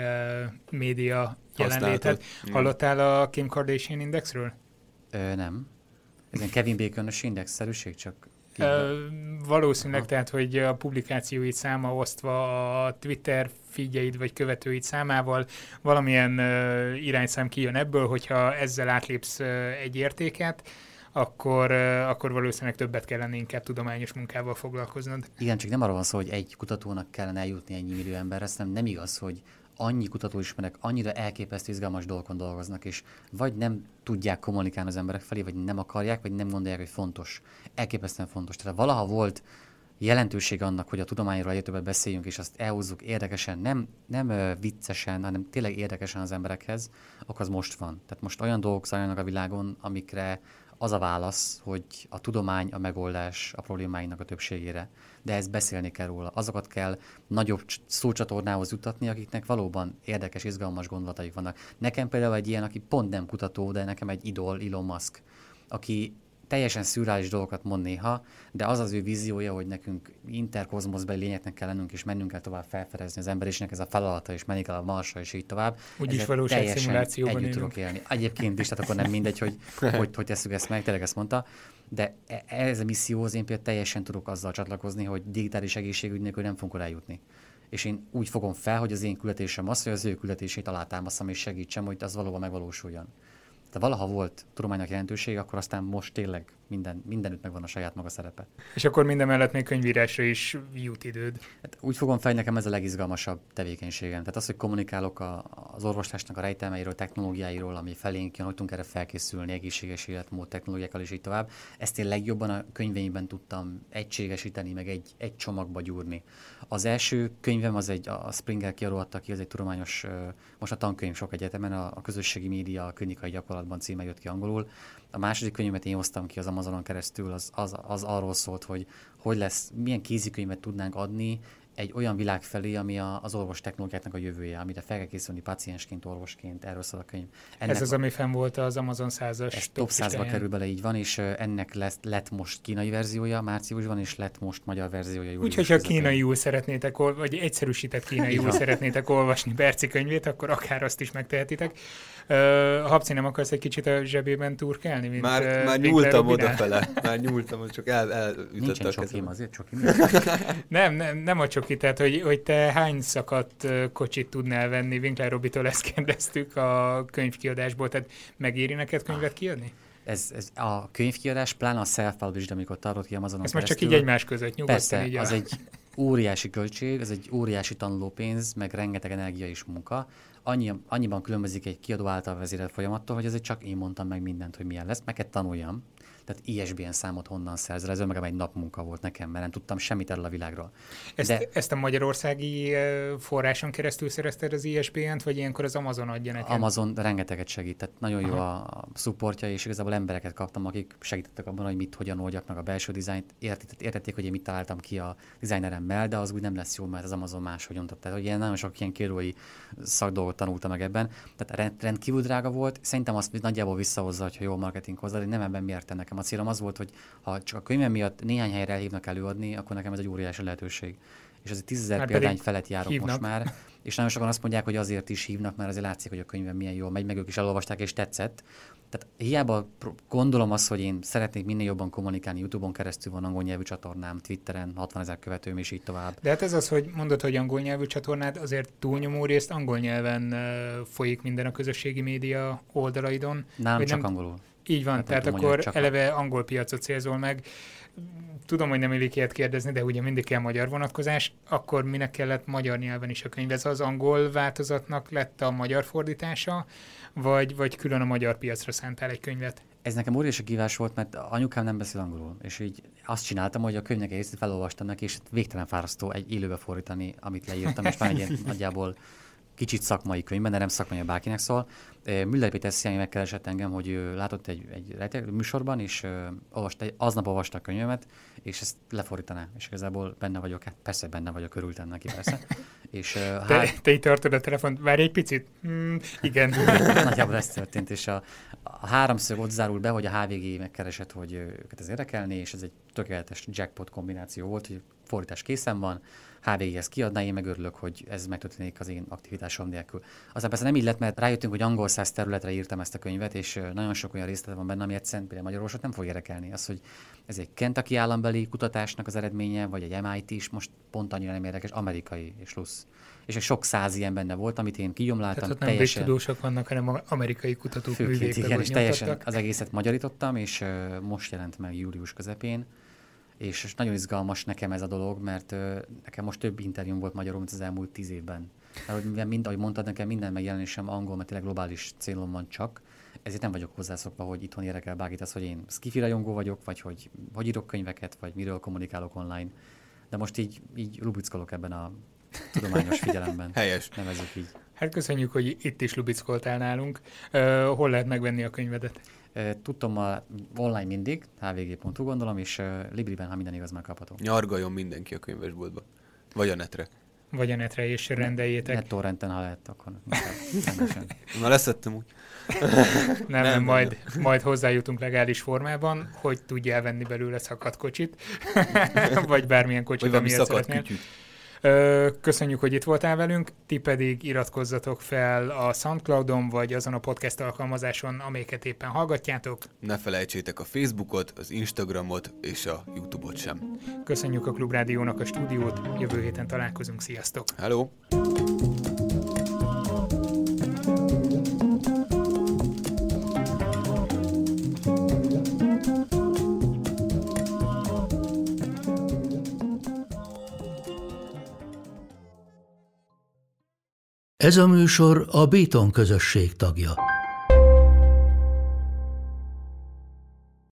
média jelenlétet. Hallottál a Kim Kardashian indexről? Nem. Ez egy Kevin Bacon-ös index-szerűség, csak... Valószínűleg, tehát, hogy a publikációid száma osztva a Twitter feedjeid vagy követőid számával valamilyen irányszám kijön ebből, hogyha ezzel átlépsz egy értéket, akkor valószínűleg többet kellene inkább tudományos munkával foglalkoznod. Igen, csak nem arról van szó, hogy egy kutatónak kellene eljutni ennyi millió emberre, nem igaz, hogy annyi kutatóismerek annyira elképesztő izgalmas dolgokon dolgoznak, és vagy nem tudják kommunikálni az emberek felé, vagy nem akarják, vagy nem gondolják, hogy fontos. Elképesztően fontos. Tehát valaha volt jelentőség annak, hogy a tudományról egyre többet beszéljünk, és azt elhúzzuk érdekesen, nem viccesen, hanem tényleg érdekesen az emberekhez, akkor az most van. Tehát most olyan dolgok zajlanak a világon, amikre az a válasz, hogy a tudomány a megoldás a problémáinak a többségére. De ezt beszélni kell róla. Azokat kell nagyobb szócsatornához jutatni, akiknek valóban érdekes, izgalmas gondolataik vannak. Nekem például egy ilyen, aki pont nem kutató, de nekem egy idol, Elon Musk, aki teljesen szürreális dolgokat mond néha, de az ő víziója, hogy nekünk interkozmoszbeli lényeknek kell lennünk, és mennünk kell tovább felfedezni az emberiségnek, ez a feladata, és menni kell a Marsra, és így tovább. Úgyis valóságszimulációban együtt tudok élni. Egyébként is, tehát akkor nem mindegy, hogy tesszük ezt meg, tényleg ezt mondta. De ez a misszióhoz én például teljesen tudok azzal csatlakozni, hogy digitális egészségügy nélkül nem fogunk eljutni. És én úgy fogom fel, hogy az én küldetésem az, hogy az ő küldetését alátámasztam és segítsem, hogy az valóban megvalósuljon. Tehát valaha volt tudománynak jelentőség, akkor aztán most tényleg mindenütt megvan a saját maga szerepe. És akkor minden mellett még könyvírásra is jut időd. Hát úgy fogom fel, nekem ez a legizgalmasabb tevékenységem. Tehát az, hogy kommunikálok az orvoslásnak a rejtelmeiről, technológiáiról, ami felénk jön, hogy tudunk erre felkészülni, egészséges életmód, technológiákkal és így tovább. Ezt én legjobban a könyveimben tudtam egységesíteni, meg egy csomagba gyúrni. Az első könyvem az a Springer kiadó adta ki, az egy tudományos, most a tankönyv sok egyetemen, a közösségi média, a klinikai gyakorlatban címe jött ki angolul. A második könyvemet én hoztam ki az Amazonon keresztül, az arról szólt, hogy lesz, milyen kézikönyvet tudnánk adni egy olyan világ felé, ami az orvos technológiáknak a jövője, amire fel kell készülni paciensként, orvosként, erről szól a könyv. Ez az, ami fenn volt az Amazon 100-as top 100-ba kerül bele, így van, és ennek lett most kínai verziója márciusban, és lett most magyar verziója július. Úgyhogy ha kínaiul szeretnétek, vagy egyszerűsített kínaiul szeretnétek olvasni Berci könyvét, akkor akár azt is megtehetitek. Habci, nem akarsz egy kicsit a zsebében turkálni? Mint már nyúltam odafele. Már nyúltam, csak elütöttem. Nincsen csokim, azért csokim. Nem a csoki, tehát hogy te hány szakadt kocsit tudnál venni? Winkler Robitól ezt kérdeztük a könyvkiadásból, tehát megéri neked könyvet kiadni? Ez a könyvkiadás, pláne a self-published, amikor tartott ki Amazonon ezt már csak így egymás között nyugodtan. Persze, így az egy óriási költség, ez egy óriási tanulópénz, meg rengeteg energia és munka. Annyiban különbözik egy kiadó által vezérelt folyamattól, hogy ezért csak én mondtam meg mindent, hogy milyen lesz, meg kell tanuljam. Tehát ISBN számot honnan szerzel, ez önmagában egy napmunka volt nekem, mert nem tudtam semmit erről a világról. Ezt a magyarországi forráson keresztül szerezted az ISBN-t, vagy ilyenkor az Amazon adja neked? Amazon rengeteget segít, tehát nagyon jó a supportja, és igazából embereket kaptam, akik segítettek abban, hogy hogyan oldjak meg a belső dizájnt, értették, hogy én mit találtam ki a designeremmel, de az úgy nem lesz jó, mert az Amazon máshogy ontott. Tehát, hogy nagyon sok ilyen kírói szakdolgot tanultam meg ebben. Tehát rendkívül drága volt. Szerintem azt nagyjából visszahozza, hogy jó marketing hozzá, de nem ebben miért nekem. A célom az volt, hogy ha csak a könyvem miatt néhány helyre elhívnak előadni, akkor nekem ez egy óriási lehetőség. És az 10 000 példány felett járok hívnak. Most már, és nagyon sokan azt mondják, hogy azért is hívnak, mert azért látszik, hogy a könyvem milyen jól megy, meg ők is elolvasták és tetszett. Tehát hiába gondolom azt, hogy én szeretnék minél jobban kommunikálni, YouTube-on keresztül van angol nyelvű csatornám, Twitteren 60 000 követőm és így tovább. De hát ez az, hogy mondod, hogy angol nyelvű csatornád, azért túlnyomó részt angol nyelven folyik minden a közösségi média oldalaidon. Nálam csak angolul. Így van, tehát akkor eleve angol piacot célzol meg. Tudom, hogy nem illik ilyet kérdezni, de ugye mindig kell magyar vonatkozás, akkor minek kellett magyar nyelven is a könyv? Ez az angol változatnak lett a magyar fordítása, vagy külön a magyar piacra szántál egy könyvet? Ez nekem óriási kívás volt, mert anyukám nem beszél angolul, és így azt csináltam, hogy a könyvnek egy részét felolvastam neki, és végtelen fárasztó egy élőbe fordítani, amit leírtam, és már egy ilyen nagyjából kicsit szakmai könyvben, de nem szakmai, bárkinek szól. Müller Péter Sziány megkeresett engem, hogy ő látott egy műsorban, és aznap olvasta a könyvemet, és ezt lefordítaná, és igazából benne vagyok, hát persze benne vagyok, örültem neki, persze. És, te itt tartod a telefont, várj egy picit? Igen. Nagyjából ez történt, és a háromszög ott zárul be, hogy a HVG megkeresett, hogy őket ez érdekelni, és ez egy tökéletes jackpot kombináció volt, hogy fordítás készen van, HVG ezt kiadná, én meg örülök, hogy ez megtörténik az én aktivitásom nélkül. Aztán persze nem így lett, mert rájöttünk, hogy angol száz területre írtam ezt a könyvet, és nagyon sok olyan részlet van benne, ami egyszerűen például magyarorvosot nem fog érdekelni. Az, hogy ez egy Kentucky állambeli kutatásnak az eredménye, vagy egy MIT is, most pont annyira nem érdekes, amerikai és plusz. És sok száz ilyen benne volt, amit én kigyomláltam. Tehát ott nem teljesen tudósok vannak, hanem amerikai kutatók művékbe. Igen, és teljesen az egészet magyarítottam, és most jelent meg július közepén. És nagyon izgalmas nekem ez a dolog, mert nekem most több interjúm volt magyarul, mint az elmúlt 10 évben. Mert ahogy mondtad, nekem minden megjelenésem angol, mert tényleg globális célom van csak, ezért nem vagyok hozzászokva, hogy itthon érdekel bárkit az, hogy én skifi rajongó vagyok, vagy hogy írok könyveket, vagy miről kommunikálok online. De most így lubickolok ebben a tudományos figyelemben. Helyes. Nevezzük így. Hát köszönjük, hogy itt is lubickoltál nálunk. Hol lehet megvenni a könyvedet? Tudtam online mindig, hvg.hu gondolom, és Libriben, ha minden igaz, már kapható. Nyargaljon mindenki a könyvesboltba. Vagy a netre. Vagy a netre és rendeljétek. Net torrenten, ha lehet, akkor Na, leszettem úgy. Nem, majd hozzájutunk legális formában, hogy tudjál venni belőle szakadt kocsit, vagy bármilyen kocsit, amiért szeretnél. Köszönjük, hogy itt voltál velünk, ti pedig iratkozzatok fel a SoundCloudon, vagy azon a podcast alkalmazáson, amelyiket éppen hallgatjátok. Ne felejtsétek a Facebookot, az Instagramot és a YouTube-ot sem. Köszönjük a Klubrádiónak a stúdiót, jövő héten találkozunk, sziasztok! Hello! Ez a műsor a Béton közösség tagja.